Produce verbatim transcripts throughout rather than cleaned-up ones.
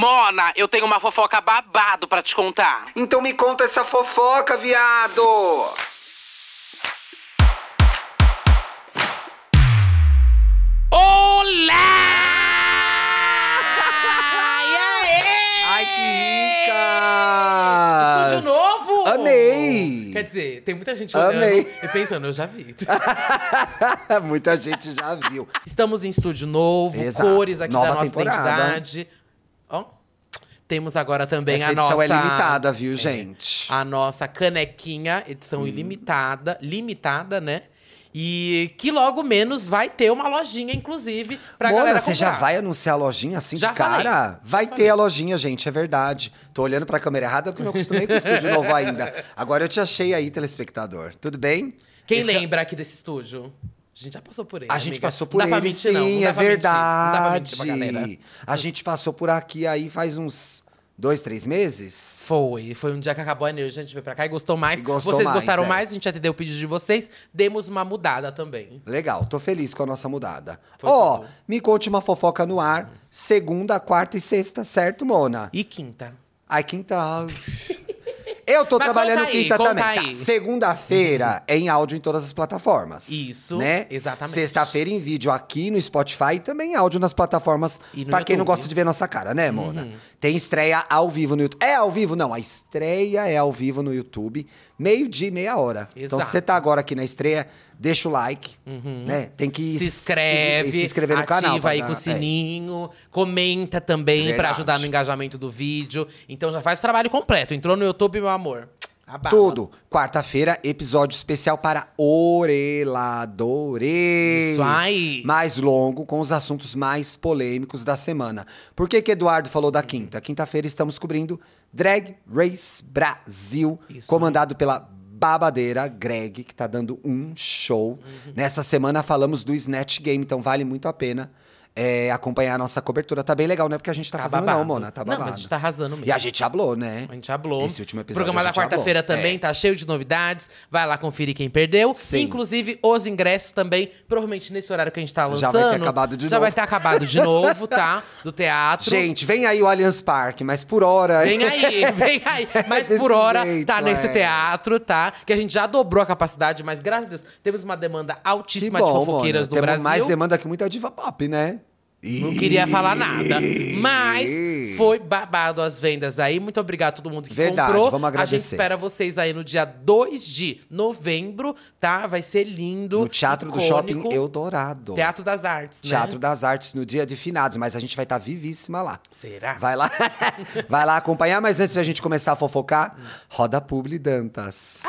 Mona, eu tenho uma fofoca babado pra te contar. Então me conta essa fofoca, viado! Olá! E aí? Ai, que ricas! Estúdio novo! Amei! Quer dizer, tem muita gente olhando Amei. e pensando, eu já vi. Muita gente já viu. Estamos em estúdio novo, Exato. cores aqui Nova da nossa temporada. identidade. Ó. Temos agora também Essa a edição nossa… é limitada, viu, gente? A nossa canequinha, edição ilimitada. Limitada, né? E que logo menos vai ter uma lojinha, inclusive, pra Mona, galera você comprar. já vai anunciar a lojinha assim Já de cara? falei. Vai Já ter falei. a lojinha, gente, é verdade. Tô olhando pra câmera errada porque não acostumei com o estúdio novo ainda. Agora eu te achei aí, telespectador. Tudo bem? Quem Esse é- lembra aqui desse estúdio? A gente já passou por ele, A gente amiga. passou por Não dá pra ele, mentir, não. Não sim, dá é pra mentir. Não dá pra verdade. mentir pra galera. A gente passou por aqui aí faz uns dois, três meses. Foi. Foi um dia que acabou a energia, a gente veio pra cá e gostou mais. E gostou vocês mais, gostaram é. mais, a gente atendeu o pedido de vocês. Demos uma mudada também. Legal, tô feliz com a nossa mudada. Foi Ó, tudo. me conte uma fofoca no ar, segunda, quarta e sexta, certo, Mona? E quinta. Ai, quinta. Eu tô Mas trabalhando conta aí, quinta conta também. aí. Tá, segunda-feira é em áudio em todas as plataformas. Isso, né? exatamente. Sexta-feira em vídeo aqui no Spotify e também em áudio nas plataformas. E no Pra quem não YouTube. gosta de ver nossa cara, né, Mona? Tem estreia ao vivo no YouTube. É ao vivo? Não, a estreia é ao vivo no YouTube, meio-dia e meia hora. Então, Exato. se você tá agora aqui na estreia, deixa o like, né? Tem que Se inscreve, se, se inscrever no ativa canal. pra aí dar- com o é. sininho, comenta também pra Verdade. ajudar no engajamento do vídeo. Então já faz o trabalho completo. Entrou no YouTube, meu amor. Abala. Tudo. Quarta-feira, episódio especial para oreladores. Isso aí. Mais longo, com os assuntos mais polêmicos da semana. Por que que Eduardo falou da quinta? Quinta-feira estamos cobrindo Drag Race Brasil, Isso comandado pela babadeira Greg, que tá dando um show. Nessa semana falamos do Snatch Game, então vale muito a pena é, acompanhar a nossa cobertura. Tá bem legal, não é porque a gente tá, Tá fazendo babado. não, Mona. Tá Não, babado. mas a gente tá arrasando mesmo. E a gente hablou, né? A gente falou. Esse último O episódio programa a da gente quarta-feira hablou. também É. tá cheio de novidades. Vai lá conferir quem perdeu. Sim. Inclusive, os ingressos também, provavelmente nesse horário que a gente tá lançando. Já vai ter acabado de já novo. vai ter acabado de novo, tá? Do teatro. Gente, vem aí o Allianz Parque, mas por hora… Vem aí, vem aí. Mas Desse por hora jeito, tá nesse é. teatro, tá? Que a gente já dobrou a capacidade, mas graças a Deus temos uma demanda Que altíssima bom, de fofoqueiras Mona. do Temos Brasil. mais demanda que muita diva pop, né? Não queria falar nada. Mas foi babado as vendas aí. Muito obrigado a todo mundo que Verdade, comprou. vamos A gente agradecer. espera vocês aí no dia dois de novembro, tá? Vai ser lindo. No Teatro do icônico. Shopping Eldorado. Teatro das Artes, né? Teatro das Artes, no dia de finados. Mas a gente vai estar vivíssima lá. Será? Vai lá, vai lá acompanhar. Mas antes da gente começar a fofocar, roda a publi, Dantas.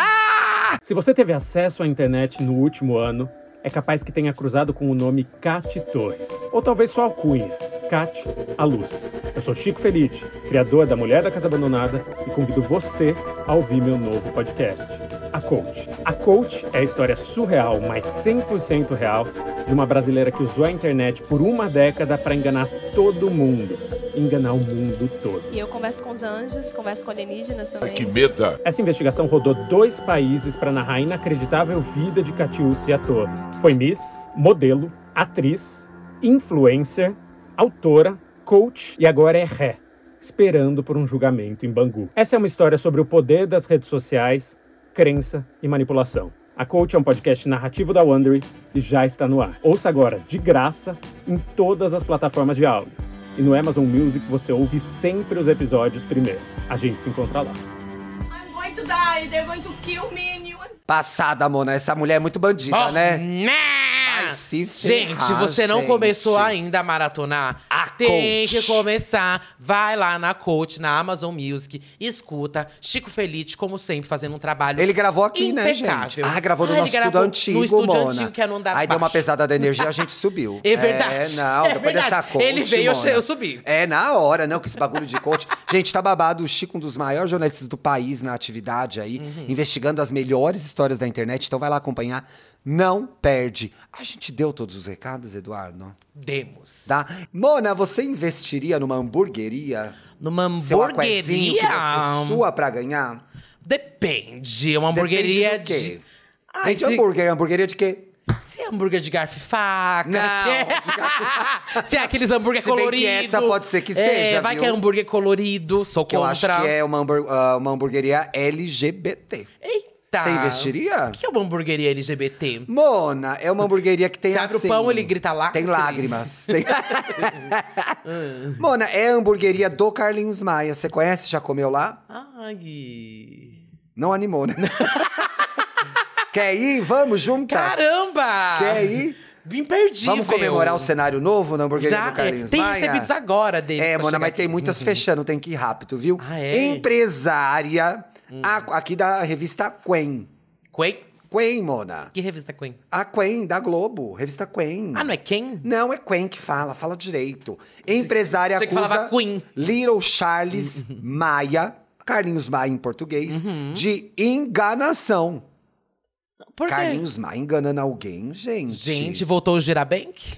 Se você teve acesso à internet no último ano, é capaz que tenha cruzado com o nome Cate Torres. Ou talvez só alcunha, Cate, a luz. Eu sou Chico Felice, criador da Mulher da Casa Abandonada, e convido você a ouvir meu novo podcast, A Coach. A Coach é a história surreal, mas cem por cento real, de uma brasileira que usou a internet por uma década para enganar todo mundo. Enganar o mundo todo. E eu converso com os anjos, converso com alienígenas também. Que meta! Essa investigação rodou dois países para narrar a inacreditável vida de Catiúcia Torres. Foi Miss, modelo, atriz, influencer, autora, coach e agora é ré, esperando por um julgamento em Bangu. Essa é uma história sobre o poder das redes sociais, crença e manipulação. A Coach é um podcast narrativo da Wondery e já está no ar. Ouça agora, de graça, em todas as plataformas de áudio. E no Amazon Music você ouve sempre os episódios primeiro. A gente se encontra lá. I'm going to die, they're going to kill me and you... Passada, Mona. Essa mulher é muito bandida, Oh, né? né? Ai, se ferrar, Gente, se você não gente. começou ainda a maratonar, A tem Coach. que começar. Vai lá na Coach, na Amazon Music, escuta. Chico Felice, como sempre, fazendo um trabalho Ele gravou aqui, né, impecável. gente? Ah, gravou no Ah, ele nosso gravou estúdio antigo, no estúdio Mona. antigo, que é no andar Aí deu uma baixo. pesada da energia, a gente subiu. É verdade. É, não, É depois verdade. dessa coach, Ele veio, eu Mona. che- eu subi. É, na hora, não, com esse bagulho de coach. Gente, tá babado. O Chico, um dos maiores jornalistas do país na atividade aí, Uhum. investigando as melhores histórias da internet. Então vai lá acompanhar. Não perde. A gente deu todos os recados, Eduardo? Demos. Tá? Mona, você investiria numa hamburgueria? Numa Seu aquezinho que hamburgueria. você sua pra ganhar? Depende. Uma hamburgueria Depende do quê? de. Ai, Vende se- hambúrguer. Hamburgueria de quê? Se é hambúrguer de garfo e faca. Não, Se é, de garfo se é aqueles hambúrguer Se bem que colorido. essa pode ser que É, seja, vai viu? que é hambúrguer colorido, sou Que eu contra. acho que é uma, hambur- ah, uma hamburgueria L G B T. Eita. Você investiria? O que é uma hamburgueria L G B T? Mona, é uma hamburgueria que tem Você abre assim... o pão, ele grita lá. Tem lágrimas. Tem- Mona, é a hamburgueria do Carlinhos Maia. Você conhece? Já comeu lá? Ai... Não animou, né? Quer ir? Vamos juntas? Caramba! Quer ir? Imperdível. Vamos comemorar o cenário novo na hamburgueria Já, do Carlinhos é, tem Maia? recebidos agora deles. É, pra Mona, chegar mas tem aqui. muitas fechando, tem que ir rápido, viu? Ah, é? Empresária, a- aqui da revista Quen. Quen? Quen, Mona. Que revista Quen? A Quen, da Globo, revista Quen. Ah, não é quem? Não, é Quen que fala, fala direito. Empresária Achei que acusa falava Queen. Little Charles Maia, Carlinhos Maia em português, Uhum. de enganação. Por quê? Carlinhos Maia enganando alguém, gente. Gente, voltou o Girabank?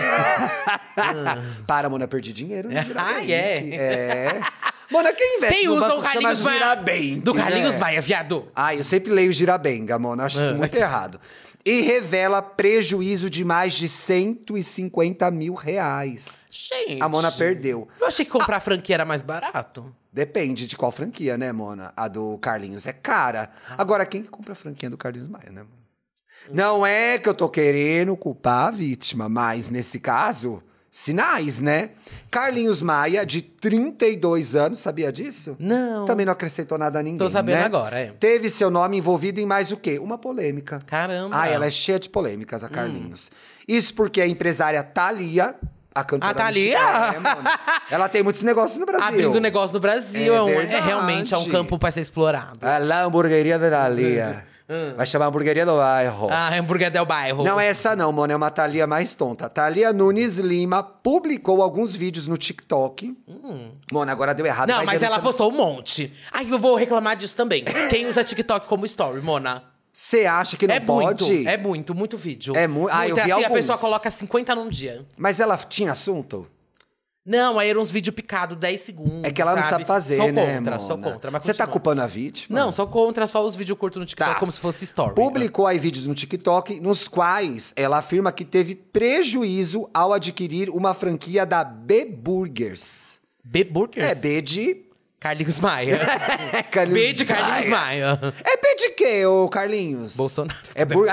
Para, Mona, perdi dinheiro no Ah, Girabank. é? É. Mona, quem investe Quem no usa banco o que chama Carlinhos Maia? Girabank, Do Carlinhos né? Maia, viado. Ah, eu sempre leio Girabenga, Mona. Acho isso Ah. muito errado. E revela prejuízo de mais de cento e cinquenta mil reais. Gente. A Mona perdeu. Eu achei que comprar franquia era mais barato. Depende de qual franquia, né, Mona? A do Carlinhos é cara. Agora, quem que compra a franquia do Carlinhos Maia, né, Mona? Não é que eu tô querendo culpar a vítima, mas nesse caso, sinais, né? Carlinhos Maia, de trinta e dois anos, sabia disso? Não. Também não acrescentou nada a ninguém, Tô sabendo né? agora, é. Teve seu nome envolvido em mais o quê? Uma polêmica. Caramba. Ah, ela é cheia de polêmicas, a Carlinhos. Isso porque a empresária Thalia, a cantora A Thalia? mexicana, é, Mona, ela tem muitos negócios no Brasil. Abrindo negócio no Brasil É é, um- é verdade. realmente é um campo pra ser explorado. A lá, hamburgueria da Thalia. Vai chamar hamburgueria do bairro. Ah, hambúrguer del bairro. Não é essa não, Mona, é uma Thalia mais tonta. Thalia Nunes Lima publicou alguns vídeos no TikTok. Mona, agora deu errado. Não, vai mas ela denunciar- postou um monte. Ai, eu vou reclamar disso também. Quem usa TikTok como story, Mona? Você acha que não é pode? muito, é muito, muito vídeo. É mu- ah, eu Muito, vi assim, a alguns. pessoa coloca cinquenta num dia. Mas ela tinha assunto? Não, aí eram uns vídeos picados, dez segundos, É que ela não sabe fazer, sou né, contra, Mona? sou contra, mas Você tá continua. culpando a vítima? Não, sou contra só os vídeos curtos no TikTok, Tá. como se fosse story. Publicou aí vídeos no TikTok, nos quais ela afirma que teve prejuízo ao adquirir uma franquia da B-Burgers. B-Burgers? É B de... Carlinhos Maia. Carlinhos B de Carlinhos Maia. É B de quê, ô Carlinhos? Bolsonaro. É burger.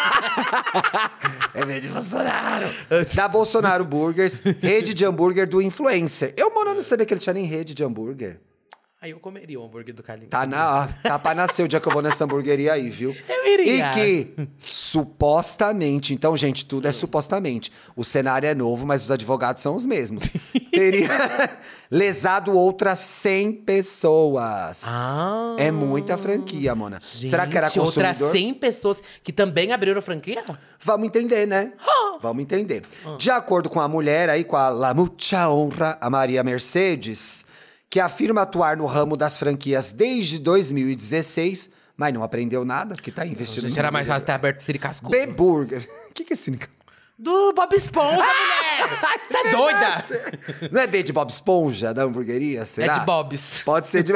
É B de Bolsonaro. Da Bolsonaro Burgers, rede de hambúrguer do influencer. Eu, mano, não sabia que ele tinha nem rede de hambúrguer. Aí eu comeria o hambúrguer do Carlinhos. Tá, na, tá pra nascer o dia que eu vou nessa hamburgueria aí, viu? Eu iria. E que, supostamente, então, gente, tudo é supostamente. O cenário é novo, mas os advogados são os mesmos. Teria lesado outras cem pessoas. Ah. É muita franquia, Mona. Gente, Será que era consumidor? outras cem pessoas que também abriram franquia? Vamos entender, né? Vamos entender. De acordo com a mulher aí, com a La Mucha Honra, a Maria Mercedes, que afirma atuar no ramo das franquias desde dois mil e dezesseis, mas não aprendeu nada, que tá investindo Gente, no era mais ramo fácil ter aberto o Siri Cascudo. B-Burger. O que, que é esse? Do Bob Esponja, mulher! Você é doida? Não é B de Bob Esponja, da hamburgueria? Será? É de Bob's. Pode ser de...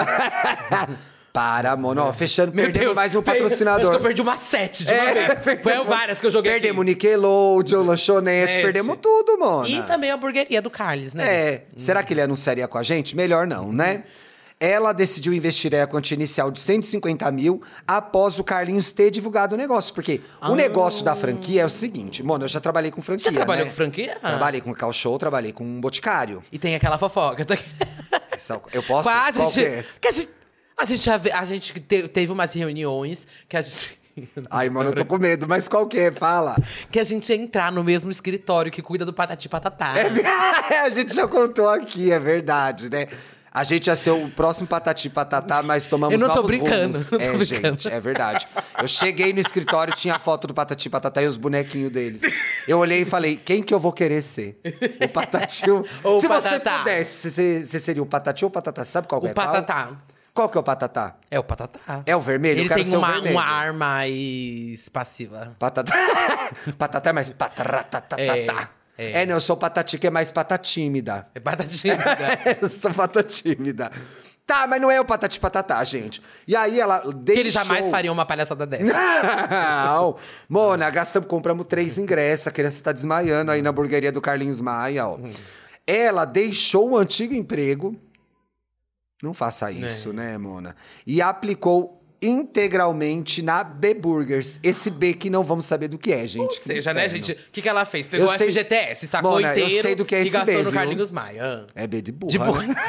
Para, Mona. Ó, fechando, Meu perdemos Deus. mais um per- patrocinador. Acho que eu perdi uma sete de uma É, vez. Foi perdemos- várias que eu joguei Perdemos aqui. Nickelodeon, lanchonetes, É, perdemos gente. tudo, Mona. E também a hamburgueria do Carlos, né? É. Será que ele anunciaria com a gente? Melhor não, né? Ela decidiu investir a quantia inicial de cento e cinquenta mil após o Carlinhos ter divulgado o negócio. Porque o negócio da franquia é o seguinte. Mona, eu já trabalhei com franquia, Você trabalhou né? com franquia? Trabalhei com Cacau Show, trabalhei com um boticário. E tem aquela fofoca. tá? Essa- Eu posso? Quase. Qual A que é gente, essa? que a gente, a gente, já ve- a gente te- teve umas reuniões que a gente... Ai, mano, eu tô com medo. Mas qual que é? Fala. Que a gente ia entrar no mesmo escritório que cuida do Patati Patatá. É ver- a gente já contou aqui, é verdade, né? A gente ia ser o próximo Patati Patatá, mas tomamos Eu não tô novos brincando, rumos. não tô é, brincando. gente, é verdade. Eu cheguei no escritório, tinha a foto do Patati Patatá e os bonequinhos deles. Eu olhei e falei, quem que eu vou querer ser? O Patati ou... Ou Se o você Patatá. pudesse, você, você seria o Patati ou o Patatá? Sabe qual que O é? qual? Patatá. Qual que é o Patatá? É o Patatá. É o vermelho? Eu Ele quero tem ser o uma, vermelho. uma ar mais passiva. Patatá. Patatá é mais pataratatá. É, É, é. não, eu sou patati que é mais patatímida. É batatinha. Eu sou pata tímida. Tá, mas não é o Patati Patatá, gente. E aí ela deixou... Que eles jamais fariam uma palhaçada dessa. Não! Mona, gastamos, compramos três ingressos. A criança tá desmaiando aí na hamburgueria do Carlinhos Maia, ó. Hum. Ela deixou o antigo emprego. Não faça isso, é. né, Mona? E aplicou integralmente na B Burgers. Esse B que não vamos saber do que é, gente. Ou seja, né, gente? O que, que ela fez? Pegou eu o sei... F G T S, sacou Mona, inteiro eu sei do que é e esse gastou B, no viu? Carlinhos Maia. É B de burra, De burra. Né?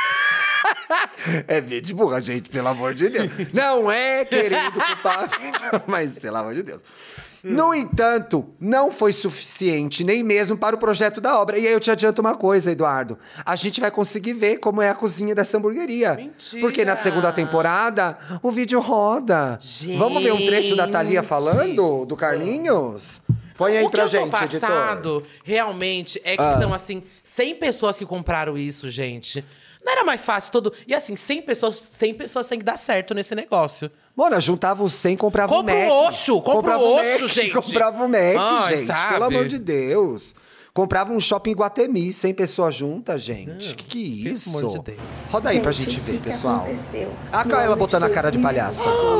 É B de burra, gente, pelo amor de Deus. Não é querendo culpar, mas pelo amor de Deus. No entanto, não foi suficiente nem mesmo para o projeto da obra. E aí eu te adianto uma coisa, Eduardo. A gente vai conseguir ver como é a cozinha dessa hamburgueria. Mentira! Porque na segunda temporada, o vídeo roda. Gente. Vamos ver um trecho da Thalia falando, do Carlinhos? Põe aí o pra que gente, eu tô passado, editor. realmente, é que Ah. são, assim, cem pessoas que compraram isso, gente. Não era mais fácil todo... E assim, cem pessoas, cem pessoas tem que dar certo nesse negócio. Mona, juntava os cem, comprava Compra o Mac. o Oxo, compra comprava o Mac, Oxo, gente. Comprava o Mac, Ai, gente. sabe? Pelo amor de Deus. Comprava um shopping em Guatemi, cem pessoas juntas, gente. Hum, que que pelo isso? amor de Deus. Roda aí pra gente ver, pessoal. A ela botando a cara de palhaça.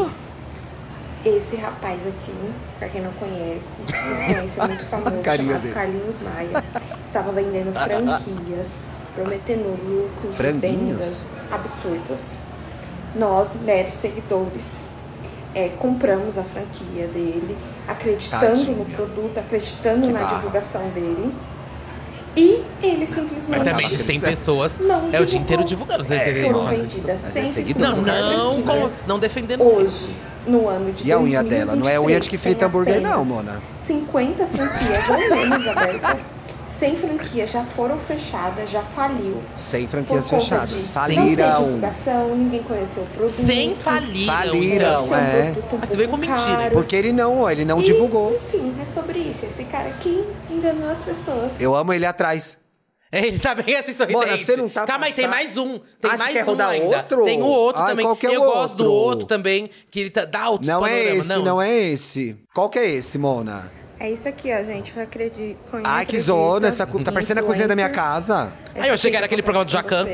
Esse rapaz aqui, pra quem não conhece, não conhece, é muito famoso, chamado dele. Carlinhos Maia, estava vendendo franquias, prometendo lucros e vendas absurdas. Nós, meros seguidores, é, compramos a franquia dele, acreditando Tadinha. no produto, acreditando Que na barra. divulgação dele. E ele simplesmente Mas também cem pessoas não é o divulgou. dia inteiro divulgando. Vocês É, entendem? Foram mas- vendidas mas é cento e seguidor. Não, cinquenta não, franquias. com, não defendendo. Hoje, no ano de E a unha dela? Não é unha de que frita dois mil e vinte e três, hambúrguer, não, tem Mona. apenas cinquenta franquias ou menos abertas. cem franquias já foram fechadas, já faliu. cem Por franquias conta fechadas. disso. Não Faliram. tem divulgação, ninguém conheceu o produto. Sem faliram. Faliram, então. é. Esse um produto um Mas você veio com pouco mentira, hein? caro. Porque ele não, ele não E, divulgou. Enfim, é sobre isso. Esse cara aqui enganou as pessoas. Eu amo ele atrás. É, ele tá bem assim, sorridente. Mona, você não tá Calma aí, tem passado? mais um. Tem Ah, você mais quer um rodar ainda. outro? Tem o outro Ai, também. qual que é Eu o gosto do outro? outro também, que ele tá, dá altos Não é panoramas. esse, não. é esse. Qual que é esse, Mona? É isso aqui, ó, gente. Eu acredito. Ai, que zona. Essa, cu- tá parecendo a cozinha da minha casa. Aí eu achei que era aquele programa do Jacan.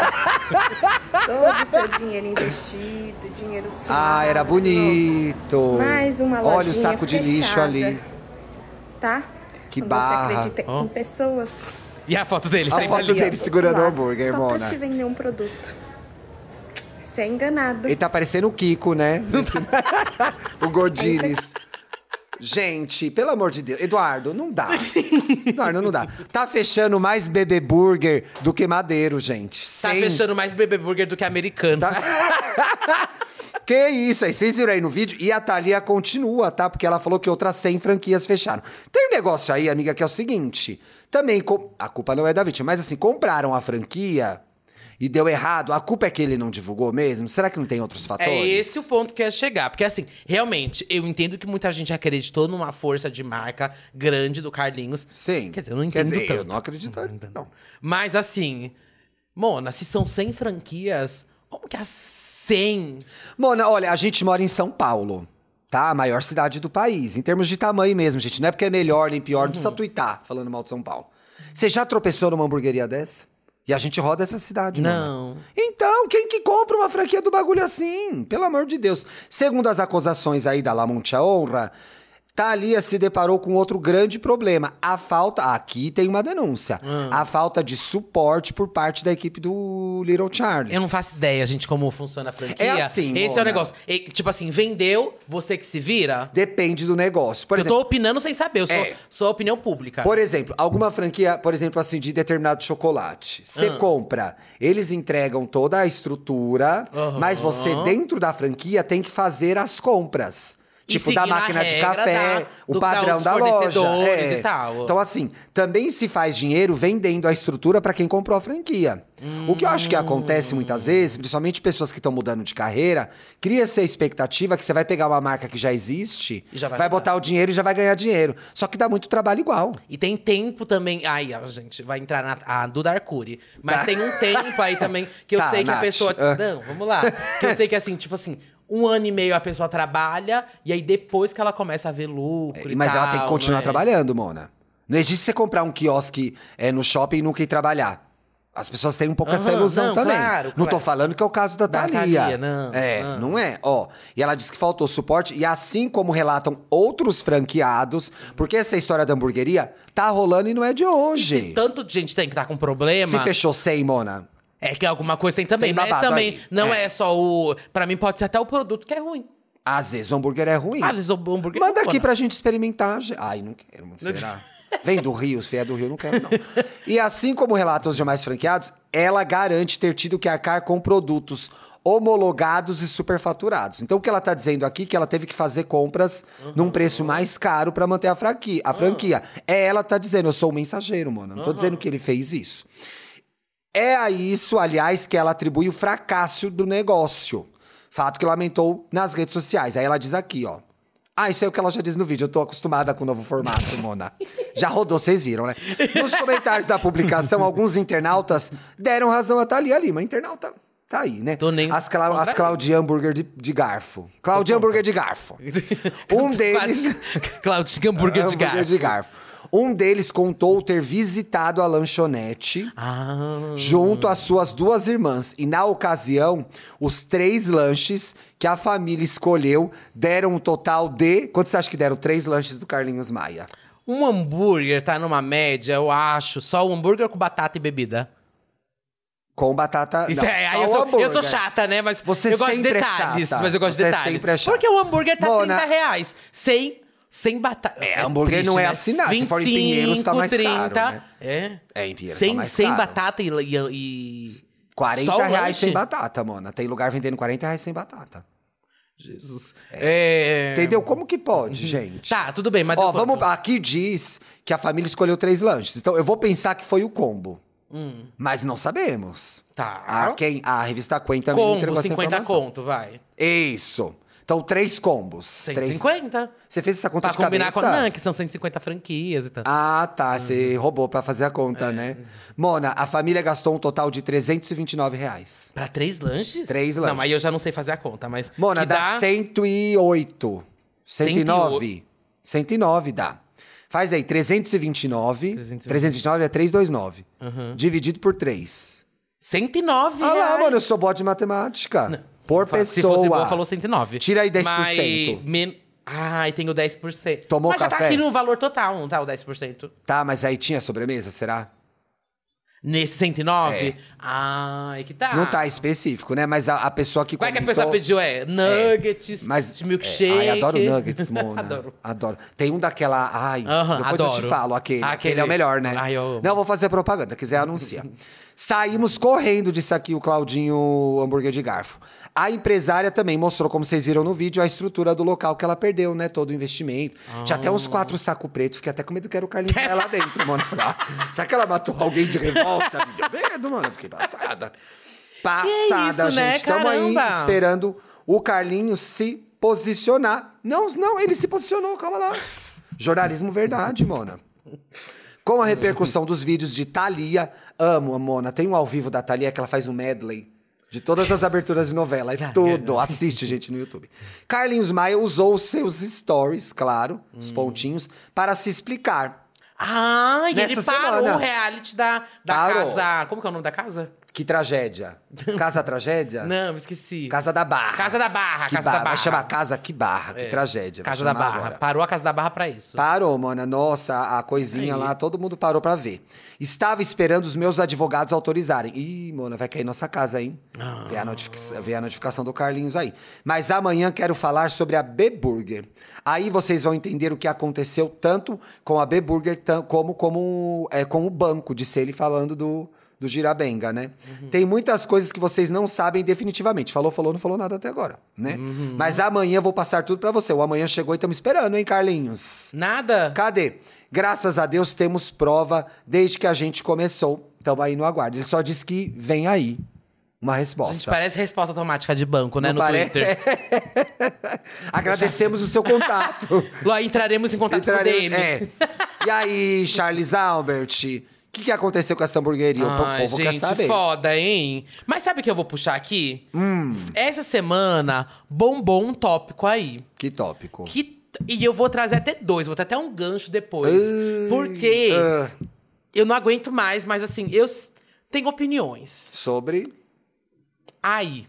Todo o seu dinheiro investido, dinheiro suado. Ah, era bonito. Mais uma lojinha Olha o saco de lixo fechada, ali. Tá? Que Quando barra. Você acredita Ó. em pessoas. E a foto dele, A sempre foto ali. dele segurando o Lá, hambúrguer, só Mona. pra te vender um produto. Você é enganado. Ele tá parecendo o Kiko, né? O Gordines. Gente, pelo amor de Deus. Eduardo, não dá. Eduardo, não dá. Tá fechando mais bebê burger do que madeiro, gente. Tá Sem- fechando mais bebê burger do que americano. Tá- Que isso aí, vocês viram aí no vídeo? E a Thalia continua, tá? Porque ela falou que outras cem franquias fecharam. Tem um negócio aí, amiga, que é o seguinte. Também, com- a culpa não é da vítima, mas assim, compraram a franquia e deu errado. A culpa é que ele não divulgou mesmo? Será que não tem outros fatores? É esse o ponto que eu ia chegar. Porque, assim, realmente, eu entendo que muita gente acreditou numa força de marca grande do Carlinhos. Sim. Quer dizer, eu não Quer entendo dizer, tanto. eu não acredito, não. Mas, assim, Mona, se são cem franquias, como que as cem... Mona, olha, a gente mora em São Paulo, tá? A maior cidade do país. Em termos de tamanho mesmo, gente. Não é porque é melhor nem pior, não precisa tuitar falando mal de São Paulo. Você já tropeçou numa hamburgueria dessa? E a gente roda essa cidade, Mona. Não. Então, quem que compra uma franquia do bagulho assim? Pelo amor de Deus. Segundo as acusações aí da La Monte Honra, Thalia se deparou com outro grande problema. A falta... Aqui tem uma denúncia. Hum. A falta de suporte por parte da equipe do Little Charles. Eu não faço ideia, gente, como funciona a franquia. É assim, Esse é o Mona. negócio. E, tipo assim, vendeu, você que se vira. Depende do negócio. Por eu exemplo, tô opinando sem saber, eu sou, É. sou opinião pública. Por exemplo, alguma franquia, por exemplo, assim, de determinado chocolate. Você Ah. compra, eles entregam toda a estrutura, Aham. mas você, dentro da franquia, tem que fazer as compras. E Tipo, da seguir na máquina de regra café, da- o do- padrão dos da loja. fornecedores É. e tal. Então, assim, também se faz dinheiro vendendo a estrutura para quem comprou a franquia. O que eu acho que acontece muitas vezes, principalmente pessoas que estão mudando de carreira, cria-se a expectativa que você vai pegar uma marca que já existe, E já vai vai mudar. botar o dinheiro e já vai ganhar dinheiro. Só que dá muito trabalho igual. E tem tempo também. Ai, a gente vai entrar na a Duda Arcuri. Mas Tá. tem um tempo aí também que eu Tá, sei que Nath. a pessoa. Ah. Não, vamos lá. Que eu sei que assim, tipo assim, um ano e meio a pessoa trabalha, e aí depois que ela começa a ver lucro. e Mas ela tal, tem que continuar não é? trabalhando, Mona. Não existe você comprar um quiosque é, no shopping e nunca ir trabalhar. As pessoas têm um pouco essa Aham, ilusão não, também. claro, Não tô claro. falando que é o caso da, Da Thalia. Thalia, não, É, não. não é? Ó, e ela disse que faltou suporte. E assim como relatam outros franqueados, porque essa história da hamburgueria tá rolando e não é de hoje. Se tanto de gente tem que tá com problema. Se fechou cem, Mona. É que alguma coisa tem também. Tem não é babado também. aí. Não É. é. só o. Pra mim, pode ser até o produto que é ruim. Às vezes o hambúrguer é ruim. Às vezes o hambúrguer Manda é bom, aqui né? pra gente experimentar. ge- Ai, não quero, mano. Será? Vem do Rio, se vier do Rio, não quero, não. E assim como relatam os demais franqueados, ela garante ter tido que arcar com produtos homologados e superfaturados. Então, o que ela tá dizendo aqui é que ela teve que fazer compras num preço mais caro pra manter a franquia. A franquia. É ela tá dizendo, eu sou o mensageiro, mano. Não tô dizendo que ele fez isso. É a isso, aliás, que ela atribui o fracasso do negócio. Fato que lamentou nas redes sociais. Aí ela diz aqui, ó. Ah, isso é o que ela já diz no vídeo. Eu tô acostumada com o novo formato, Mona. Já rodou, vocês viram, né? Nos comentários da publicação, alguns internautas deram razão a Thalia Lima. Internauta tá aí, né? Tô nem As, Cla contra as ele. Claudinha Hambúrguer de, de garfo. Claudinha Hambúrguer de garfo. Um deles... Claudinha Hambúrguer de garfo. de garfo. Um deles contou ter visitado a lanchonete Ah. junto às suas duas irmãs. E na ocasião, os três lanches que a família escolheu deram um total de... Quanto você acha que deram três lanches do Carlinhos Maia? Um hambúrguer tá numa média, eu acho, só o hambúrguer com batata e bebida. Com batata... Isso não, é, só aí eu o sou, eu hambúrguer. sou chata, né? Mas Você eu gosto de sempre é detalhes. chata. Mas eu gosto Você de detalhes. sempre é chata. Porque o hambúrguer tá Mona- trinta reais. Sem, sem batata. É, hambúrguer não é assinado. Se for em Pinheiros, tá mais caro, né? É. É, em Pinheiros sem, tá mais sem caro. batata e... e, e... quarenta só o reais lanche? sem batata, Mona. Tem lugar vendendo quarenta reais sem batata. Jesus. É. Entendeu? Como que pode, gente? Tá, tudo bem, mas... Ó, deu vamos. quanto? Aqui diz que a família escolheu três lanches. Então eu vou pensar que foi o combo. Mas não sabemos. Tá. A, quem, a revista Quen também Combo, entregou essa cinquenta informação. conto, vai. Isso. Então, três combos. cento e Três... cinquenta. Você fez essa conta Pra de combinar cabeça? com a... Não, que são cento e cinquenta franquias e tal. Ah, tá. Você roubou pra fazer a conta, né? Mona, a família gastou um total de trezentos e vinte e nove reais. Pra três lanches? Três Não, lanches. aí eu já não sei fazer a conta, mas... Mona, que dá cento e oito. cento e nove. cento e nove dá. Faz aí, trezentos e vinte e nove. trezentos e vinte. trezentos e vinte e nove é trezentos e vinte e nove. Dividido por três. cento e nove Ah lá, reais. mano, eu sou bom de matemática. Por Fala- Se pessoa. fosse boa, falou cento e nove. Tira aí dez por cento. Mas... Men... Ai, tenho dez por cento. Tomou mas já café? tá aqui no valor total, não tá o dez por cento? Tá, mas aí tinha sobremesa, será? Nesse cento e nove? É. Ai, que tá. Não tá específico, né? Mas a, a pessoa que Qual é que a comentou- pessoa pediu? É nuggets, Mas, de milkshake. É, ai, adoro nuggets, Mona. Adoro. Adoro. Tem um daquela. Ai, Aham, depois eu te adoro. falo, aquele. Aquele, Aquele- é o melhor, né? Ai, eu amo. Não, vou fazer propaganda, quiser anuncia. Saímos correndo, disse aqui o Claudinho Hambúrguer de Garfo. A empresária também mostrou, como vocês viram no vídeo, a estrutura do local que ela perdeu, né? Todo o investimento. Tinha até Ah. uns quatro saco preto. Fiquei até com medo que era o Carlinhos Maia lá dentro, mano. Falei, ah, será que ela matou alguém de revolta? Me deu medo, mano. Eu fiquei passada. Passada, isso, né? gente. Tamo aí Caramba. esperando o Carlinhos se posicionar. Não, não, ele se posicionou, calma lá. Jornalismo verdade, Mona. Com a repercussão dos vídeos de Thalia, amo a Mona. Tem um ao vivo da Thalia que ela faz um medley de todas as aberturas de novela. É tudo. Assiste, gente, no YouTube. Carlinhos Maia usou os seus stories, claro, os pontinhos, para se explicar. Ah, e Nessa ele parou semana. o reality da, da Parou. casa... Como que é o nome da casa? Que tragédia. Casa Tragédia? Não, esqueci. Casa da Barra. Casa da Barra, Que Casa da Barra. Vai Barra. chamar Casa Que Barra, que tragédia. vai Casa da chamar Barra. agora. Parou a Casa da Barra pra isso. Parou, Mona. Nossa, a coisinha Aí. lá, todo mundo parou pra ver. Estava esperando os meus advogados autorizarem. Ih, Mona, vai cair nossa casa, hein? Ah. Vê, a notific- vê a notificação do Carlinhos aí. Mas amanhã quero falar sobre a B-Burger. Aí vocês vão entender o que aconteceu tanto com a B-Burger tam- como, como é, com o banco, disse ele falando do... do Girabenga, né? Uhum. Tem muitas coisas que vocês não sabem definitivamente. Falou, falou, não falou nada até agora, né? Uhum. Mas amanhã eu vou passar tudo pra você. O amanhã chegou e estamos esperando, hein, Carlinhos? Nada? Cadê? Graças a Deus temos prova desde que a gente começou. Estamos aí no aguardo. Ele só disse que vem aí uma resposta. Gente, parece resposta automática de banco, né? Não no pare- Twitter. Agradecemos o seu contato. Lá entraremos em contato Entraremos- com o D M. é. E aí, Charles Albert? O que, que aconteceu com essa hamburgueria? O po- Ai, povo quer gente, saber. foda, hein? Mas sabe o que eu vou puxar aqui? Hum. Essa semana bombou um tópico aí. Que tópico. Que, e eu vou trazer até dois, vou ter até um gancho depois. Ai, Porque ah. eu não aguento mais, mas assim, eu... tem opiniões. Sobre? Aí.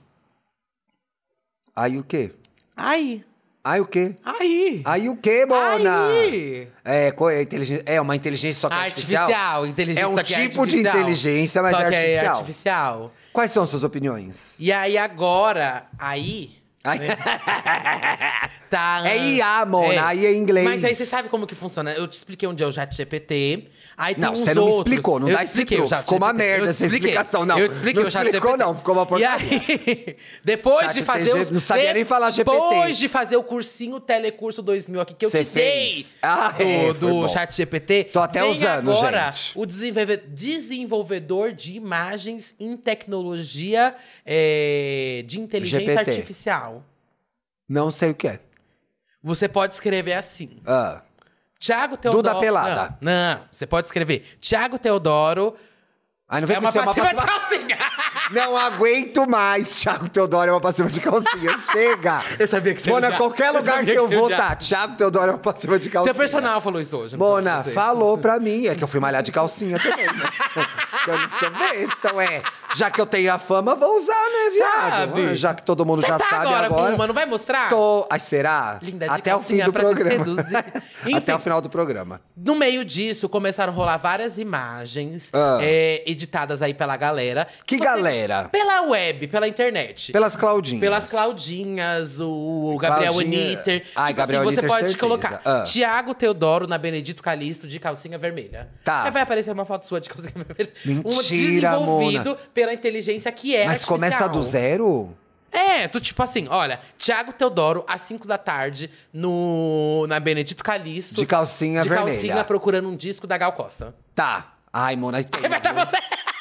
Aí o quê? Aí. Aí o quê? Aí. Aí o quê, Mona? Aí. É, co- é, inteligência, é uma inteligência só que artificial? Artificial. Inteligência, É um só que tipo de artificial. inteligência, mas só é que artificial. é artificial. Quais são suas opiniões? E aí agora, aí... Ai. Tá, É I A, Mona, aí é inglês. Mas aí você sabe como que funciona. Eu te expliquei um dia o Chat G P T. Aí tem Não, uns você não me outros. explicou, não Eu dá te esse expliquei o truque, Chat ficou uma G P T. merda Eu te essa expliquei. explicação, não. Eu te expliquei Não o Chat explicou, G P T. não, ficou uma porcaria. E aí, depois Chat de fazer G P T, os... não sabia nem falar G P T. Depois de fazer o cursinho Telecurso dois mil aqui, que eu Você te dei fez. Ah, do, é, foi do bom. Chat G P T. Tô até vem usando, agora gente. o desenvolve- desenvolvedor de imagens em tecnologia é, de inteligência G P T. artificial. Não sei o que é. Você pode escrever assim. Ah. Tiago Teodoro... Duda Pelada. Não, não, você pode escrever. Tiago Teodoro Aí não vem é com uma isso, é uma passiva de passiva- calcinha. Não aguento mais, Thiago Teodoro é uma passiva de calcinha. Chega! Eu sabia que você Mona, já- qualquer eu lugar sabia que eu que você vou já- tá, Thiago Teodoro é uma passiva de calcinha. Seu personal falou isso hoje. não Mona, foi você? falou pra mim. É que eu fui malhar de calcinha também, né? Eu não sou besta, ué. Já que eu tenho a fama, vou usar, né, viado? Sabe? Já que todo mundo Você já tá sabe agora, agora. com uma, não vai mostrar? Tô. Ai, será? Linda de Até o fim calcinha do pra te programa. seduzir. Até Enfim. o final do programa. No meio disso, começaram a rolar várias imagens Ah. é, editadas aí pela galera. Que Você- galera? Pela web, pela internet. Pelas Claudinhas. Pelas Claudinhas, o Gabriel Claudinha- Anitter. Ai, tipo Gabriel assim, você Anitter, pode certeza. colocar Ah. Tiago Teodoro na Benedito Calixto de calcinha vermelha. Tá. Aí vai aparecer uma foto sua de calcinha vermelha. Mentira, um desenvolvido Mona. pela inteligência que é Mas artificial. começa do zero? É, tu tipo assim, olha, Tiago Teodoro, às cinco da tarde, no, na Benedito Calixto. De calcinha de vermelha. calcinha procurando um disco da Gal Costa. Tá. Ai, Mona, aí tem. Aí vai estar você.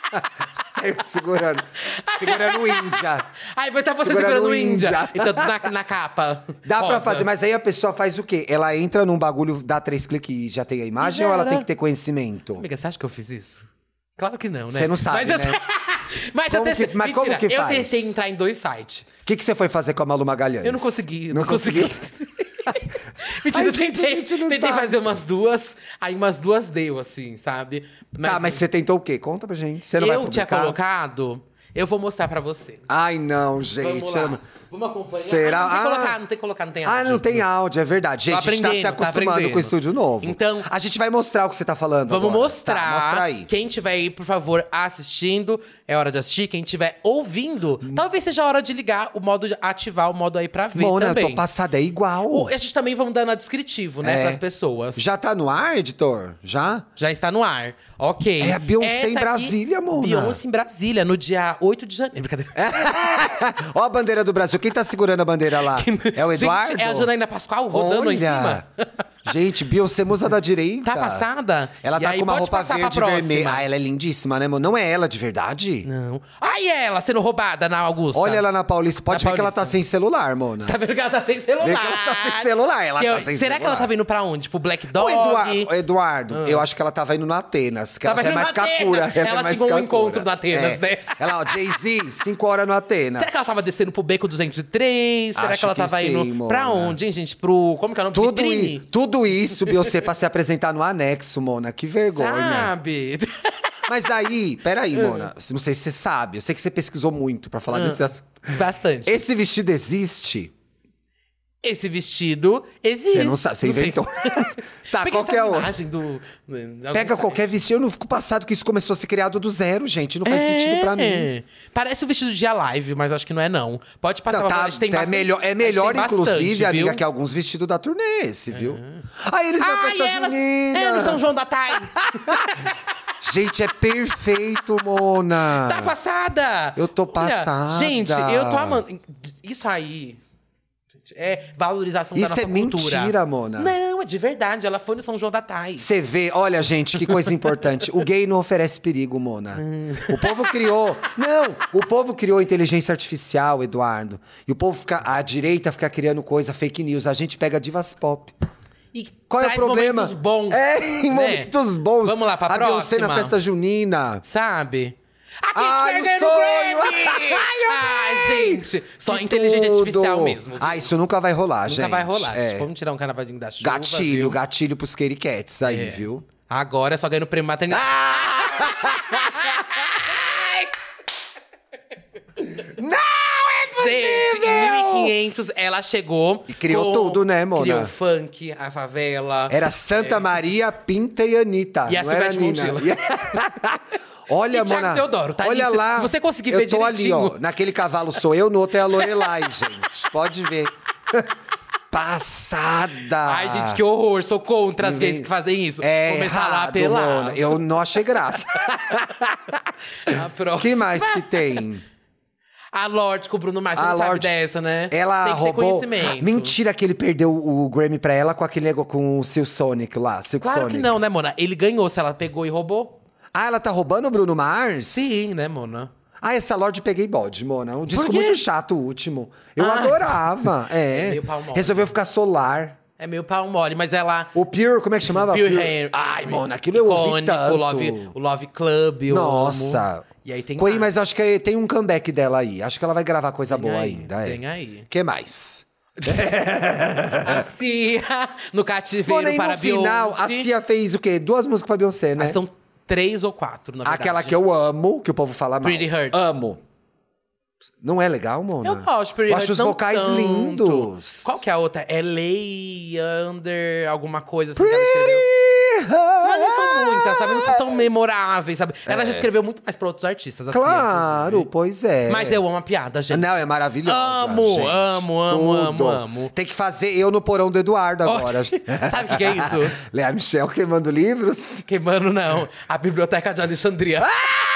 Eu segurando. Segurando o Índia. Aí vai estar você Segurando segurando o o Índia. Índia. Então, na, na capa. Dá pra rosa. fazer, mas aí a pessoa faz o quê? Ela entra num bagulho, dá três cliques e já tem a imagem, E já ou ela era. tem que ter conhecimento? Amiga, você acha que eu fiz isso? Claro que não, né? Você não sabe, mas eu, né? mas eu Como testei. que- mas como Mentira, que eu faz? tentei entrar em dois sites. O que, que você foi fazer com a Malu Magalhães? Eu não consegui. eu Não Não, consegui. conseguiu? Mentira, Ai, eu gente, tentei, a gente não tentei sabe. fazer umas duas, aí umas duas deu, assim, sabe? Tá, mas você tentou o quê? Conta pra gente. Você não vai eu tinha publicar? colocado, eu vou mostrar pra você. Ai, não, gente. Vamos você lá. não- Vamos acompanhar. Será? Ah, não tem que Ah. colocar, não tem que colocar, não tem Ah, áudio. não tem áudio, é verdade. Gente, Tô a gente tá se aprendendo, tá acostumando aprendendo. com o estúdio novo. Então- a gente vai mostrar o que você tá falando Vamos agora. mostrar. Tá, mostra aí. Quem tiver aí, por favor, assistindo, é hora de assistir. Quem tiver ouvindo, talvez seja a hora de ligar o modo, de ativar o modo aí pra ver Mona, também. eu tô passada, é igual. O- A gente também vamos dando a descritivo, né, É. pras pessoas. Já tá no ar, editor? Já? Já está no ar. Ok. É a Beyoncé Essa em aqui- Brasília, Mona. Beyoncé em Brasília, no dia oito de janeiro. Brincadeira. Ó a bandeira do Brasil. Quem tá segurando a bandeira lá? É o Eduardo? Gente, é a Janaína Pascoal rodando Olha. em cima. Gente, Beyoncé musa da direita. Tá passada? Ela E tá aí, com uma pode roupa passar pra verde e vermelha. próxima. Ah, ela é lindíssima, né, mano? Não é ela de verdade? Não. Ai, ela sendo roubada na Augusta. Olha ela na Paulista. Pode Na ver que ela tá Paulista. sem celular, Mona. Tá vendo que ela tá sem celular? Vê que ela tá sem celular, ela Que eu- tá sem Será que ela celular. tá vindo pra onde? Tipo, Black Ô, Dog? Eduardo, Eduardo eu acho que ela tava indo no Atenas, que Tava ela já é indo mais no Atenas. capura. é Ela mais tinha um capura. encontro no Atenas, É. né? Ela, ó, Jay-Z, cinco horas no Atenas. Será que ela tava descendo pro Beco duzentos e três? Será Acho que ela que tava sim, indo Mona. pra onde, hein, gente? Pro. Como que é o nome? Tudo, Vitrine? i- tudo isso, Beyoncé, pra se apresentar no anexo, Mona. Que vergonha. Sabe? Mas aí, peraí, Mona. Não sei se você sabe. Eu sei que você pesquisou muito pra falar desse assunto. Bastante. Esse, Esse vestido existe? vestido existe. Você não sabe, você Não sei. inventou. Tá, Pega qualquer essa um. imagem do. Pega qualquer vestido. Eu não fico passado que isso começou a ser criado do zero, gente. Não faz sentido pra mim. É. Parece o vestido de Alive, mas eu acho que não é, não. Pode passar Não, pra tá, a gente tem tá, é bastante- melhor, é a gente melhor tem inclusive, bastante, amiga, viu? que alguns vestidos da turnê, esse, viu? Ah, eles na Ai, festa elas, junina. é, no São João da Thay. Gente, é perfeito, Mona. Tá passada! Eu tô Olha, passada. gente, eu tô amando. Isso aí gente, é valorização Isso da nossa é cultura. mentira, Mona. Não, é de verdade. Ela foi no São João da Thay. Você vê, olha, gente, que coisa importante. O gay não oferece perigo, Mona. O povo criou. Não, o povo criou inteligência artificial, Eduardo. E o povo fica. A direita fica criando coisa, fake news. A gente pega divas pop. E Qual é o traz problema? momentos bons. É, em né? momentos bons. Vamos lá pra a Beyoncé próxima. na festa junina. Sabe? A Ai, Katy Perry o ganhou sonho! no Grammy! Ai, gente. Só Que inteligente tudo. artificial mesmo. Ah, isso nunca vai rolar, Nunca gente. vai rolar, É. gente. Vamos tirar um carnavalzinho da chuva, Gatilho, viu? gatilho pros Kitty Cats aí, É. viu? Agora é só ganhando prêmio maternidade. movimentos, ela chegou. E criou com- tudo, né, Mona? Criou o funk, a favela. Era Santa Maria, Pinta e Anitta. E a não era Silvete Nina. Montilla. Olha, E Thiago Mona. Teodoro, tá olha nisso. lá. Se você conseguir eu ver tô direitinho. ali, ó. Naquele cavalo sou eu, no outro é a Lorelai, gente. Pode ver. Passada. Ai, gente, que horror. Sou contra as gays que fazem isso. É Começar lá a errado, apelar. Mona. Eu não achei graça. A próxima. que mais que tem? A Lorde com o Bruno Mars. Você A não sabe Lorde- dessa, né? Ela Tem que ter roubou. conhecimento. Mentira que ele perdeu o Grammy pra ela com aquele negócio com o Silk Sonic lá. Silk Claro Sonic. que não, né, Mona? Ele ganhou se ela pegou e roubou. Ah, ela tá roubando o Bruno Mars? Sim, né, Mona? Ah, essa Lorde peguei bode, Mona. Um disco quê? muito chato, o último. Eu Ah. adorava. É É. meio pau mole. Resolveu ficar solar. É meio pau mole, mas ela... O Pure, como é que chamava? Pure Hair. Ai, Mona, aquilo eu ouvi Icônico, tanto. O Love, o Love Club, eu Nossa. amo. E aí tem Coi, mais. mas eu acho que tem um comeback dela aí. Acho que ela vai gravar coisa Tem boa aí, ainda. É. tem aí. Que mais? A Cia, no cativeiro Mona, e para no final, a Beyoncé. Cia fez o quê? Duas músicas pra Beyoncé, né? Ah, são três ou quatro, na verdade. Aquela que eu amo, que o povo fala mal. Pretty Hurts. Amo. Não é legal, Mona? Eu gosto, Pretty Eu acho Hurts, os não vocais tanto. lindos. Qual que é a outra? É Lay Under, alguma coisa assim que ela escreveu. Mas não são muitas, sabe? Não são tão memoráveis, sabe? Ela já escreveu muito mais pra outros artistas, assim. Claro, inclusive. pois é. Mas eu amo a piada, gente. Não, é maravilhosa. Amo, gente. amo, amo, Tudo. amo, amo. Tem que fazer eu no porão do Eduardo Ó, agora. sabe o que que é isso? Lea Michel queimando livros. Queimando, não. A Biblioteca de Alexandria.